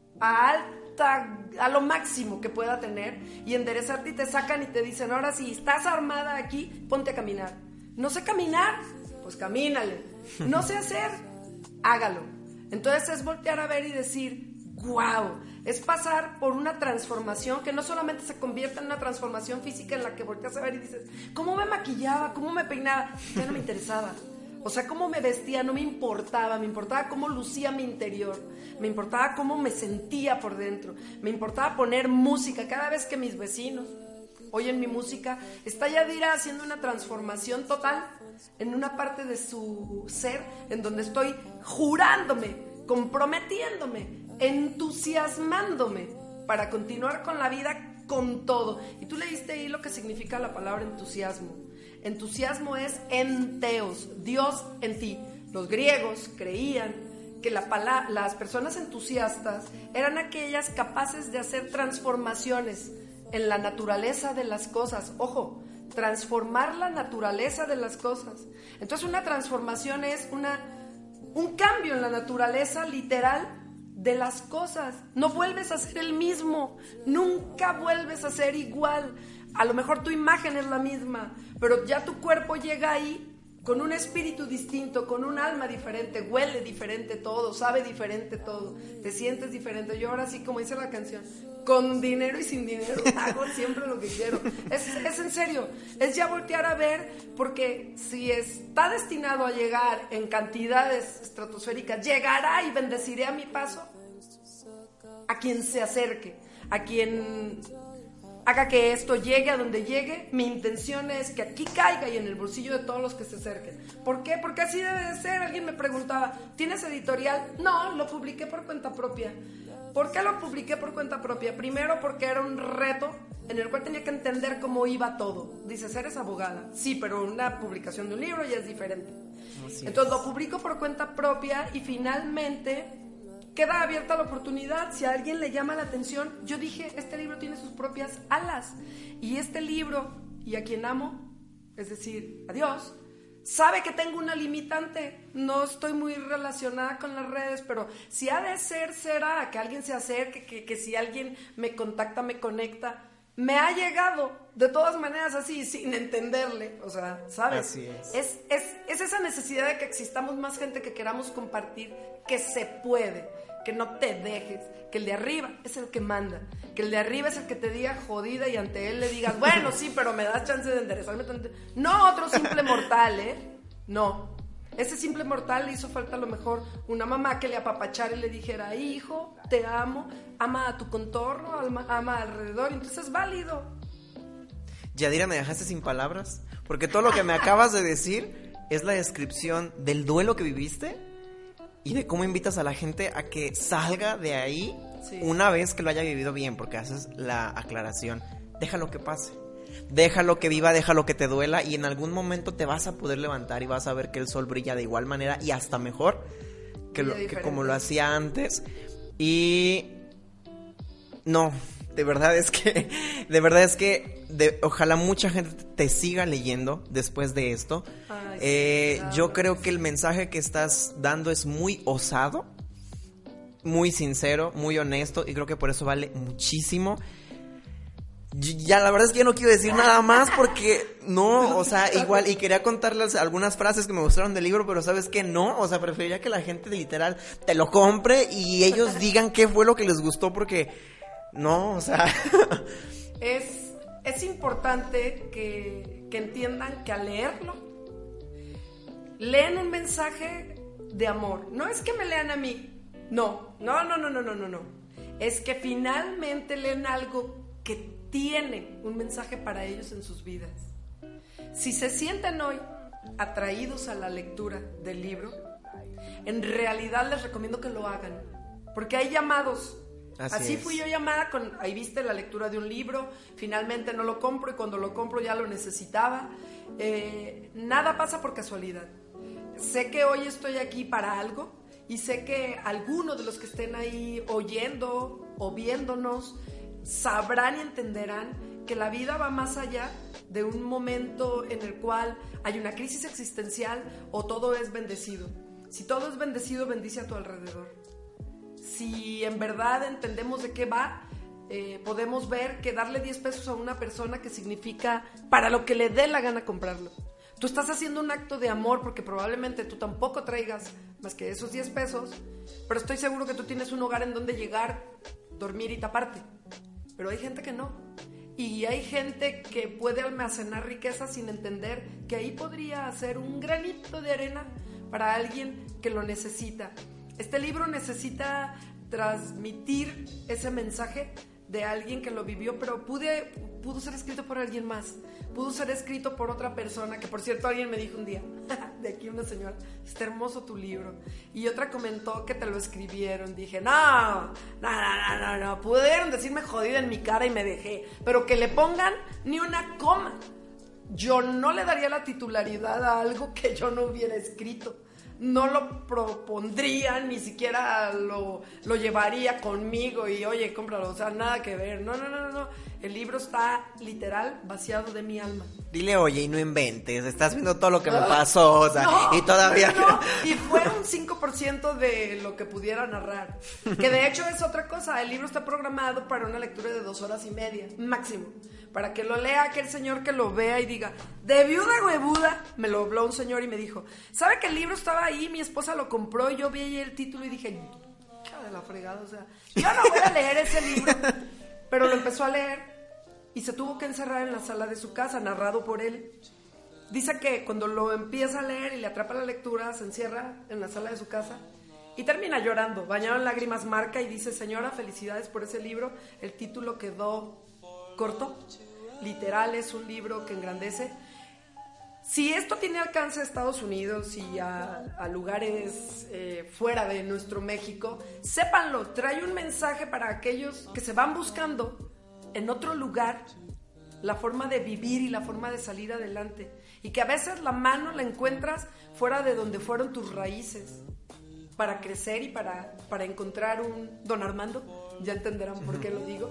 a lo máximo que pueda tener y enderezarte y te sacan y te dicen, ahora sí, estás armada aquí, ponte a caminar. No sé caminar, pues camínale. No sé hacer, hágalo. Entonces es voltear a ver y decir, wow, es pasar por una transformación que no solamente se convierte en una transformación física en la que volteas a ver y dices, ¿cómo me maquillaba? ¿Cómo me peinaba? Ya no me interesaba. O sea, cómo me vestía no me importaba cómo lucía mi interior, me importaba cómo me sentía por dentro, me importaba poner música. Cada vez que mis vecinos oyen mi música, está Yadira haciendo una transformación total en una parte de su ser, en donde estoy jurándome, comprometiéndome, entusiasmándome para continuar con la vida con todo. Y tú leíste ahí lo que significa la palabra entusiasmo. Entusiasmo es enteos, Dios en ti. Los griegos creían que las personas entusiastas eran aquellas capaces de hacer transformaciones en la naturaleza de las cosas. Ojo, transformar la naturaleza de las cosas. Entonces una transformación es un cambio en la naturaleza literal de las cosas. No vuelves a ser el mismo, nunca vuelves a ser igual. A lo mejor tu imagen es la misma, pero ya tu cuerpo llega ahí con un espíritu distinto, con un alma diferente, huele diferente todo, sabe diferente todo, te sientes diferente. Yo ahora sí, como dice la canción, con dinero y sin dinero hago siempre lo que quiero. Es en serio, es ya voltear a ver, porque si está destinado a llegar en cantidades estratosféricas, llegará y bendeciré a mi paso a quien se acerque, a quien haga que esto llegue a donde llegue. Mi intención es que aquí caiga y en el bolsillo de todos los que se acerquen. ¿Por qué? Porque así debe de ser. Alguien me preguntaba, ¿tienes editorial? No, lo publiqué por cuenta propia. ¿Por qué lo publiqué por cuenta propia? Primero porque era un reto en el cual tenía que entender cómo iba todo. Dices, ¿eres abogada? Sí, pero una publicación de un libro ya es diferente. Entonces lo publico por cuenta propia y finalmente queda abierta la oportunidad. Si a alguien le llama la atención, yo dije, este libro tiene sus propias alas. Y este libro, y a quien amo, es decir, a Dios, sabe que tengo una limitante. No estoy muy relacionada con las redes, pero si ha de ser, será que alguien se acerque, que si alguien me contacta, me conecta. Me ha llegado de todas maneras así, sin entenderle, o sea, ¿sabes? Así es. Es esa necesidad de que existamos más gente que queramos compartir, que se puede, que no te dejes, que el de arriba es el que manda, que el de arriba es el que te diga jodida y ante él le digas, bueno, sí, pero me das chance de enderezarme. No otro simple mortal, no. Ese simple mortal le hizo falta a lo mejor una mamá que le apapachara y le dijera, hijo, te amo, ama a tu contorno, ama alrededor, entonces es válido. Yadira, me dejaste sin palabras, porque todo lo que me acabas de decir es la descripción del duelo que viviste y de cómo invitas a la gente a que salga de ahí, sí, una vez que lo haya vivido bien, porque haces la aclaración, déjalo que pase. déjalo que viva, déjalo que te duela, y en algún momento te vas a poder levantar y vas a ver que el sol brilla de igual manera y hasta mejor que como lo hacía antes. Y no, de verdad es que ojalá mucha gente te siga leyendo después de esto. Ay, sí, yo creo que el mensaje que estás dando es muy osado, muy sincero, muy honesto, y creo que por eso vale muchísimo. Ya, la verdad es que yo no quiero decir nada más porque no, o sea, igual, y quería contarles algunas frases que me gustaron del libro, pero ¿sabes qué? No, o sea, preferiría que la gente literal te lo compre y ellos digan qué fue lo que les gustó, porque no, o sea... Es importante que entiendan que al leerlo, leen un mensaje de amor. No es que me lean a mí, no. Es que finalmente leen algo que tiene un mensaje para ellos en sus vidas. Si se sienten hoy atraídos a la lectura del libro, en realidad les recomiendo que lo hagan, porque hay llamados. Así fui yo llamada ahí viste la lectura de un libro, finalmente no lo compro y cuando lo compro ya lo necesitaba. Nada pasa por casualidad. Sé que hoy estoy aquí para algo y sé que algunos de los que estén ahí oyendo o viéndonos sabrán y entenderán que la vida va más allá de un momento en el cual hay una crisis existencial o todo es bendecido. Si todo es bendecido, bendice a tu alrededor. Si en verdad entendemos de qué va, podemos ver que darle 10 pesos a una persona que significa para lo que le dé la gana comprarlo. Tú estás haciendo un acto de amor porque probablemente tú tampoco traigas más que esos 10 pesos, pero estoy seguro que tú tienes un hogar en donde llegar, dormir y taparte. Pero hay gente que no. Y hay gente que puede almacenar riqueza sin entender que ahí podría ser un granito de arena para alguien que lo necesita. Este libro necesita transmitir ese mensaje de alguien que lo vivió, pero pudo ser escrito por alguien más, pudo ser escrito por otra persona, que por cierto alguien me dijo un día, de aquí una señora, está hermoso tu libro, y otra comentó que te lo escribieron. Dije, no, pudieron decirme jodida en mi cara y me dejé, pero que le pongan ni una coma. Yo no le daría la titularidad a algo que yo no hubiera escrito. No lo propondría, ni siquiera lo llevaría conmigo y oye, cómpralo, o sea, nada que ver. No. El libro está literal vaciado de mi alma. Dile, oye, y no inventes, estás viendo todo lo que me pasó, o sea, no, y todavía... No, y fue un 5% de lo que pudiera narrar. Que de hecho es otra cosa, el libro está programado para una lectura de 2 horas y media, máximo. Para que lo lea aquel señor que lo vea y diga, de viuda huevuda, me lo habló un señor y me dijo, ¿sabe que el libro estaba ahí? Mi esposa lo compró y yo vi ahí el título y dije, hija de la fregada, o sea, yo no voy a leer ese libro. Pero lo empezó a leer y se tuvo que encerrar en la sala de su casa, narrado por él. Dice que cuando lo empieza a leer y le atrapa la lectura, se encierra en la sala de su casa y termina llorando, bañado en lágrimas, marca y dice, señora, felicidades por ese libro, el título quedó corto, literal, es un libro que engrandece. Si esto tiene alcance a Estados Unidos y a lugares fuera de nuestro México, sépanlo, trae un mensaje para aquellos que se van buscando en otro lugar la forma de vivir y la forma de salir adelante. Y que a veces la mano la encuentras fuera de donde fueron tus raíces, para crecer y para encontrar un Don Armando, ya entenderán por qué lo digo,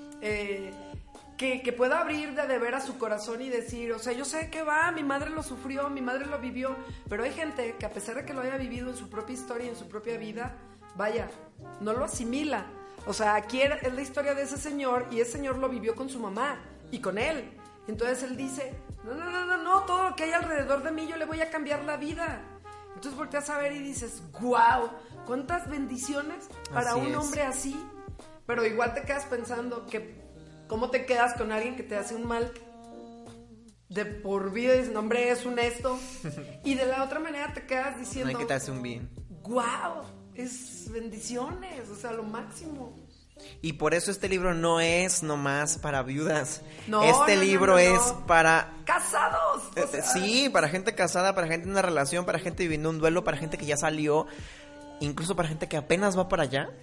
que pueda abrir de veras su corazón y decir, o sea, yo sé que va, mi madre lo sufrió, mi madre lo vivió, pero hay gente que a pesar de que lo haya vivido en su propia historia y en su propia vida, vaya, no lo asimila. O sea, aquí es la historia de ese señor y ese señor lo vivió con su mamá y con él. Entonces él dice, no, todo lo que hay alrededor de mí yo le voy a cambiar la vida. Entonces volteas a ver y dices, wow, cuántas bendiciones para un hombre así. Pero igual te quedas pensando que ¿cómo te quedas con alguien que te hace un mal de por vida y dices, no, hombre, es un esto? Y de la otra manera te quedas diciendo, no hay que te hace un bien. ¡Guau! Es bendiciones, o sea, lo máximo. Y por eso este libro no es nomás para viudas. No, este libro es para... ¡casados! O sea, sí, para gente casada, para gente en una relación, para gente viviendo un duelo, para gente que ya salió, incluso para gente que apenas va para allá.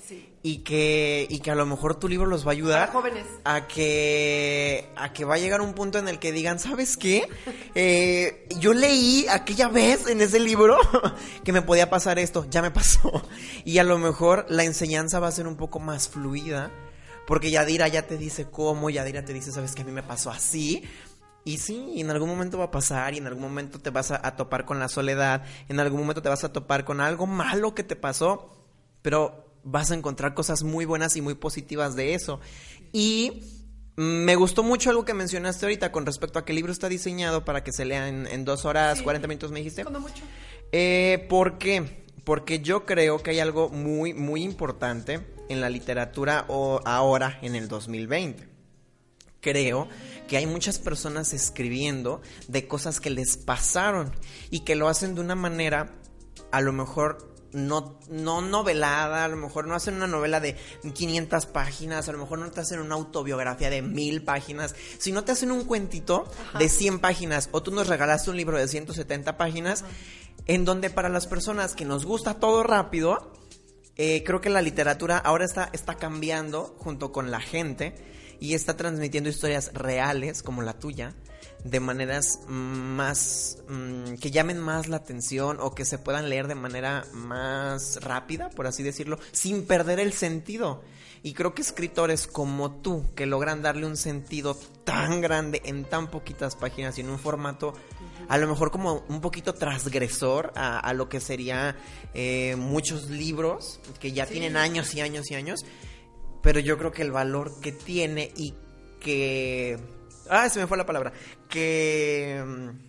Sí. Y que a lo mejor tu libro los va a ayudar para jóvenes. a que va a llegar un punto en el que digan, ¿sabes qué? Yo leí aquella vez en ese libro que me podía pasar esto, ya me pasó. Y a lo mejor la enseñanza va a ser un poco más fluida, porque Yadira ya te dice cómo, Yadira te dice, ¿sabes qué? A mí me pasó así. Y sí, en algún momento va a pasar, y en algún momento te vas a topar con la soledad, en algún momento te vas a topar con algo malo que te pasó, pero vas a encontrar cosas muy buenas y muy positivas de eso. Y me gustó mucho algo que mencionaste ahorita con respecto a que el libro está diseñado para que se lea en 2 horas, 40 minutos, ¿me dijiste? Cuando mucho. ¿Por qué? Porque yo creo que hay algo muy, muy importante en la literatura ahora, en el 2020. Creo que hay muchas personas escribiendo de cosas que les pasaron y que lo hacen de una manera, a lo mejor no novelada, a lo mejor no hacen una novela de 500 páginas, a lo mejor no te hacen una autobiografía de 1000 páginas, sino te hacen un cuentito de 100 páginas, o tú nos regalaste un libro de 170 páginas, en donde para las personas que nos gusta todo rápido, creo que la literatura ahora está cambiando junto con la gente y está transmitiendo historias reales como la tuya, de maneras más que llamen más la atención o que se puedan leer de manera más rápida, por así decirlo, sin perder el sentido. Y creo que escritores como tú, que logran darle un sentido tan grande en tan poquitas páginas y en un formato a lo mejor como un poquito transgresor a lo que sería muchos libros que ya tienen años y años y años, pero yo creo que el valor que tiene y que... se me fue la palabra. Que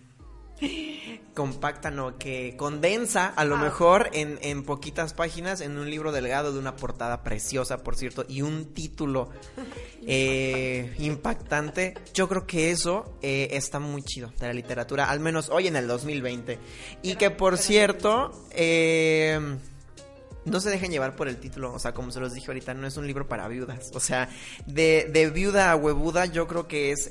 compacta, no, que condensa a lo mejor en poquitas páginas, en un libro delgado de una portada preciosa, por cierto, y un título impactante. Yo creo que eso está muy chido de la literatura, al menos hoy en el 2020. Y que, por cierto, no se dejen llevar por el título, o sea, como se los dije ahorita, no es un libro para viudas, o sea, de viuda a huevuda, yo creo que es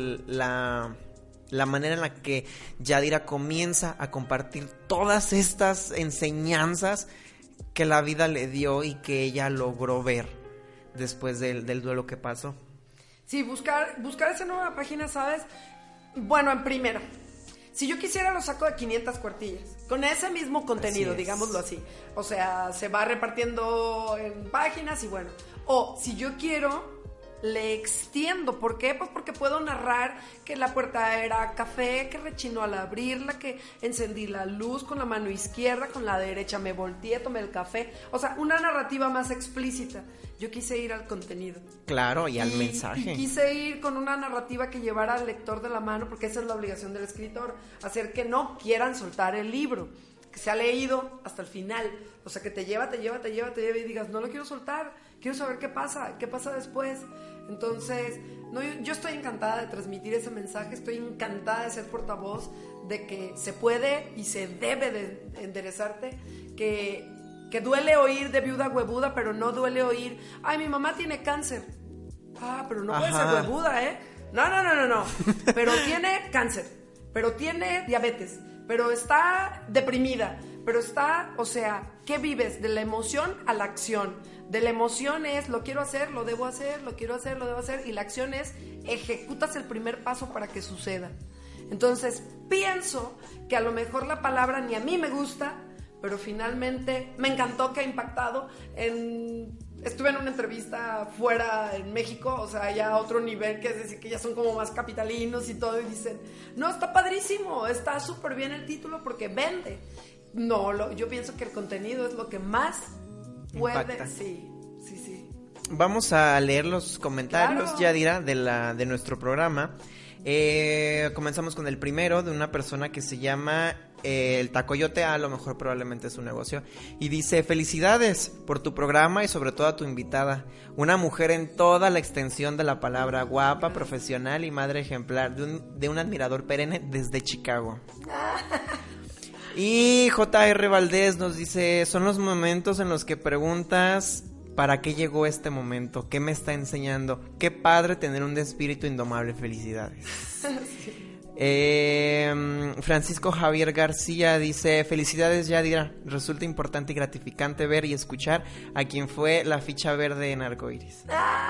la manera en la que Yadira comienza a compartir todas estas enseñanzas que la vida le dio y que ella logró ver después del duelo que pasó. Sí, buscar esa nueva página, ¿sabes? Bueno, en primera, si yo quisiera lo saco de 500 cuartillas, con ese mismo contenido, digámoslo así. O sea, se va repartiendo en páginas y bueno. O si yo quiero, le extiendo. ¿Por qué? Pues porque puedo narrar que la puerta era café, que rechinó al abrirla, que encendí la luz con la mano izquierda, con la derecha me volteé, tomé el café. O sea, una narrativa más explícita. Yo quise ir al contenido. Claro, y al mensaje. Y quise ir con una narrativa que llevara al lector de la mano, porque esa es la obligación del escritor, hacer que no quieran soltar el libro, que se ha leído hasta el final. O sea, que te lleva y digas, no lo quiero soltar, quiero saber qué pasa después. Entonces, yo estoy encantada de transmitir ese mensaje, estoy encantada de ser portavoz de que se puede y se debe de enderezarte, que duele oír de viuda huevuda, pero no duele oír, ay, mi mamá tiene cáncer. Pero no puede ser huevuda, ¿eh? No. Pero tiene cáncer, pero tiene diabetes, pero está deprimida, pero está, o sea, ¿qué vives? De la emoción a la acción. De la emoción es, lo quiero hacer, lo debo hacer, lo quiero hacer, lo debo hacer, y la acción es, ejecutas el primer paso para que suceda. Entonces, pienso que a lo mejor la palabra ni a mí me gusta, pero finalmente me encantó, que ha impactado. Estuve en una entrevista fuera en México, o sea, ya a otro nivel, que es decir, que ya son como más capitalinos y todo, y dicen, no, está padrísimo, está súper bien el título porque vende. No, yo pienso que el contenido es lo que más puede. Impacta. Sí. Vamos a leer los comentarios, Claro. Yadira, de nuestro programa. Comenzamos con el primero, de una persona que se llama El Tacoyote, a lo mejor probablemente es un negocio, y dice: felicidades por tu programa y sobre todo a tu invitada, una mujer en toda la extensión de la palabra, guapa, profesional y madre ejemplar, de un admirador perenne desde Chicago. Y J.R. Valdés nos dice: son los momentos en los que preguntas, ¿para qué llegó este momento? ¿Qué me está enseñando? Qué padre tener un espíritu indomable, felicidades. Sí. Francisco Javier García dice: felicidades, Yadira, resulta importante y gratificante ver y escuchar a quien fue la ficha verde en Arcoiris.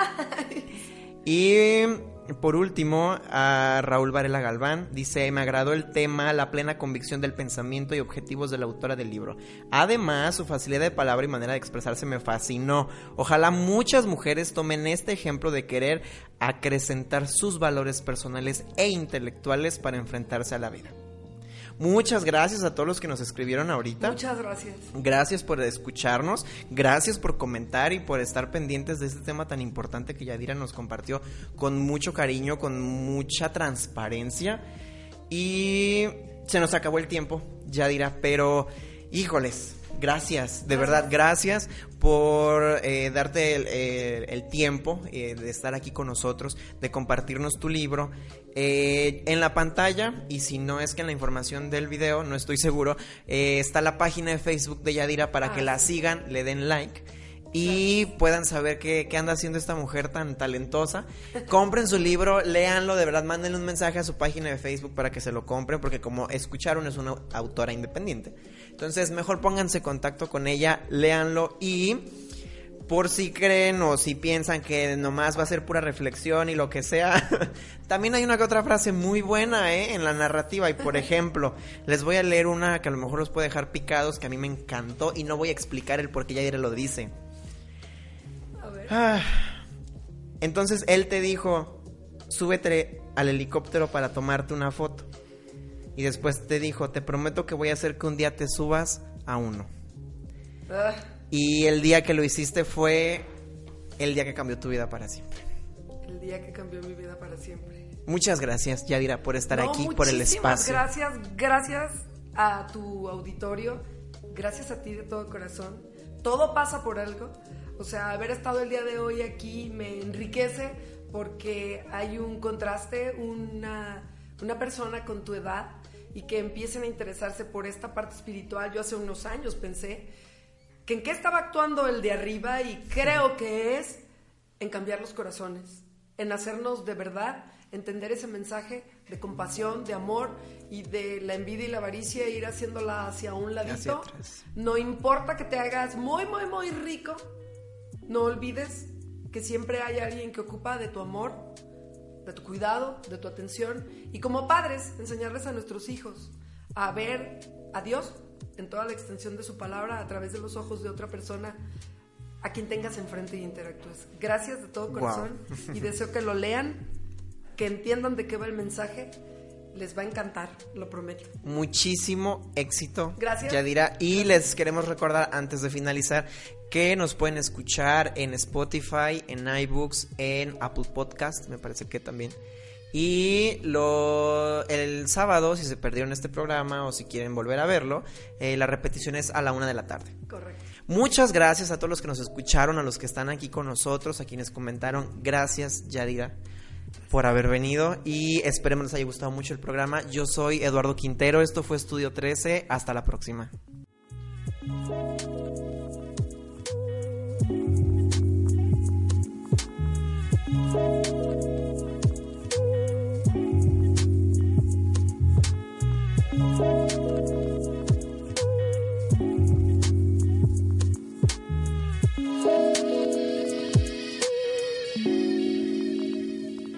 Y por último, a Raúl Varela Galván dice: me agradó el tema, la plena convicción del pensamiento y objetivos de la autora del libro. Además, su facilidad de palabra y manera de expresarse me fascinó. Ojalá muchas mujeres tomen este ejemplo de querer acrecentar sus valores personales e intelectuales para enfrentarse a la vida. Muchas gracias a todos los que nos escribieron ahorita. Muchas gracias. Gracias por escucharnos, gracias por comentar y por estar pendientes de este tema tan importante que Yadira nos compartió con mucho cariño, con mucha transparencia. Y se nos acabó el tiempo, Yadira, pero híjoles, gracias, de verdad, gracias por darte el tiempo de estar aquí con nosotros, de compartirnos tu libro. En la pantalla, y si no es que en la información del video, no estoy seguro, está la página de Facebook de Yadira para que la sigan, le den like y puedan saber qué anda haciendo esta mujer tan talentosa. Compren su libro, léanlo, de verdad, mándenle un mensaje a su página de Facebook para que se lo compren, porque como escucharon, es una autora independiente. Entonces, mejor pónganse en contacto con ella, léanlo, y por si creen o si piensan que nomás va a ser pura reflexión y lo que sea, también hay una que otra frase muy buena en la narrativa. Y por ejemplo, les voy a leer una que a lo mejor los puede dejar picados, que a mí me encantó, y no voy a explicar el por qué, Yadira lo dice. A ver. Entonces él te dijo: súbete al helicóptero para tomarte una foto. Y después te dijo: te prometo que voy a hacer que un día te subas a uno. Y el día que lo hiciste fue el día que cambió tu vida para siempre. El día que cambió mi vida para siempre. Muchas gracias, Yadira, por estar aquí, por el espacio. Gracias a tu auditorio, gracias a ti de todo corazón. Todo pasa por algo. O sea, haber estado el día de hoy aquí me enriquece, porque hay un contraste, una persona con tu edad, y que empiecen a interesarse por esta parte espiritual. Yo hace unos años pensé que en qué estaba actuando el de arriba, y creo que es en cambiar los corazones, en hacernos de verdad entender ese mensaje de compasión, de amor, y de la envidia y la avaricia ir haciéndola hacia un ladito. No importa que te hagas muy, muy, muy rico, no olvides que siempre hay alguien que ocupa de tu amor, de tu cuidado, de tu atención. Y como padres, enseñarles a nuestros hijos a ver a Dios en toda la extensión de su palabra, a través de los ojos de otra persona a quien tengas enfrente y interactúes. Gracias de todo corazón. Wow. Y deseo que lo lean, que entiendan de qué va el mensaje. Les va a encantar, lo prometo. Muchísimo éxito, gracias, Yadira. Y les queremos recordar, antes de finalizar, que nos pueden escuchar en Spotify, en iBooks, en Apple Podcast, me parece que también. Y el sábado, si se perdieron este programa o si quieren volver a verlo, la repetición es a la 1:00 p.m. Correcto. Muchas gracias a todos los que nos escucharon, a los que están aquí con nosotros, a quienes comentaron. Gracias, Yadira, por haber venido, y esperemos les haya gustado mucho el programa. Yo soy Eduardo Quintero, esto fue Estudio 13, hasta la próxima.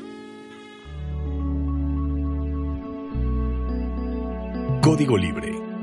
Código Libre.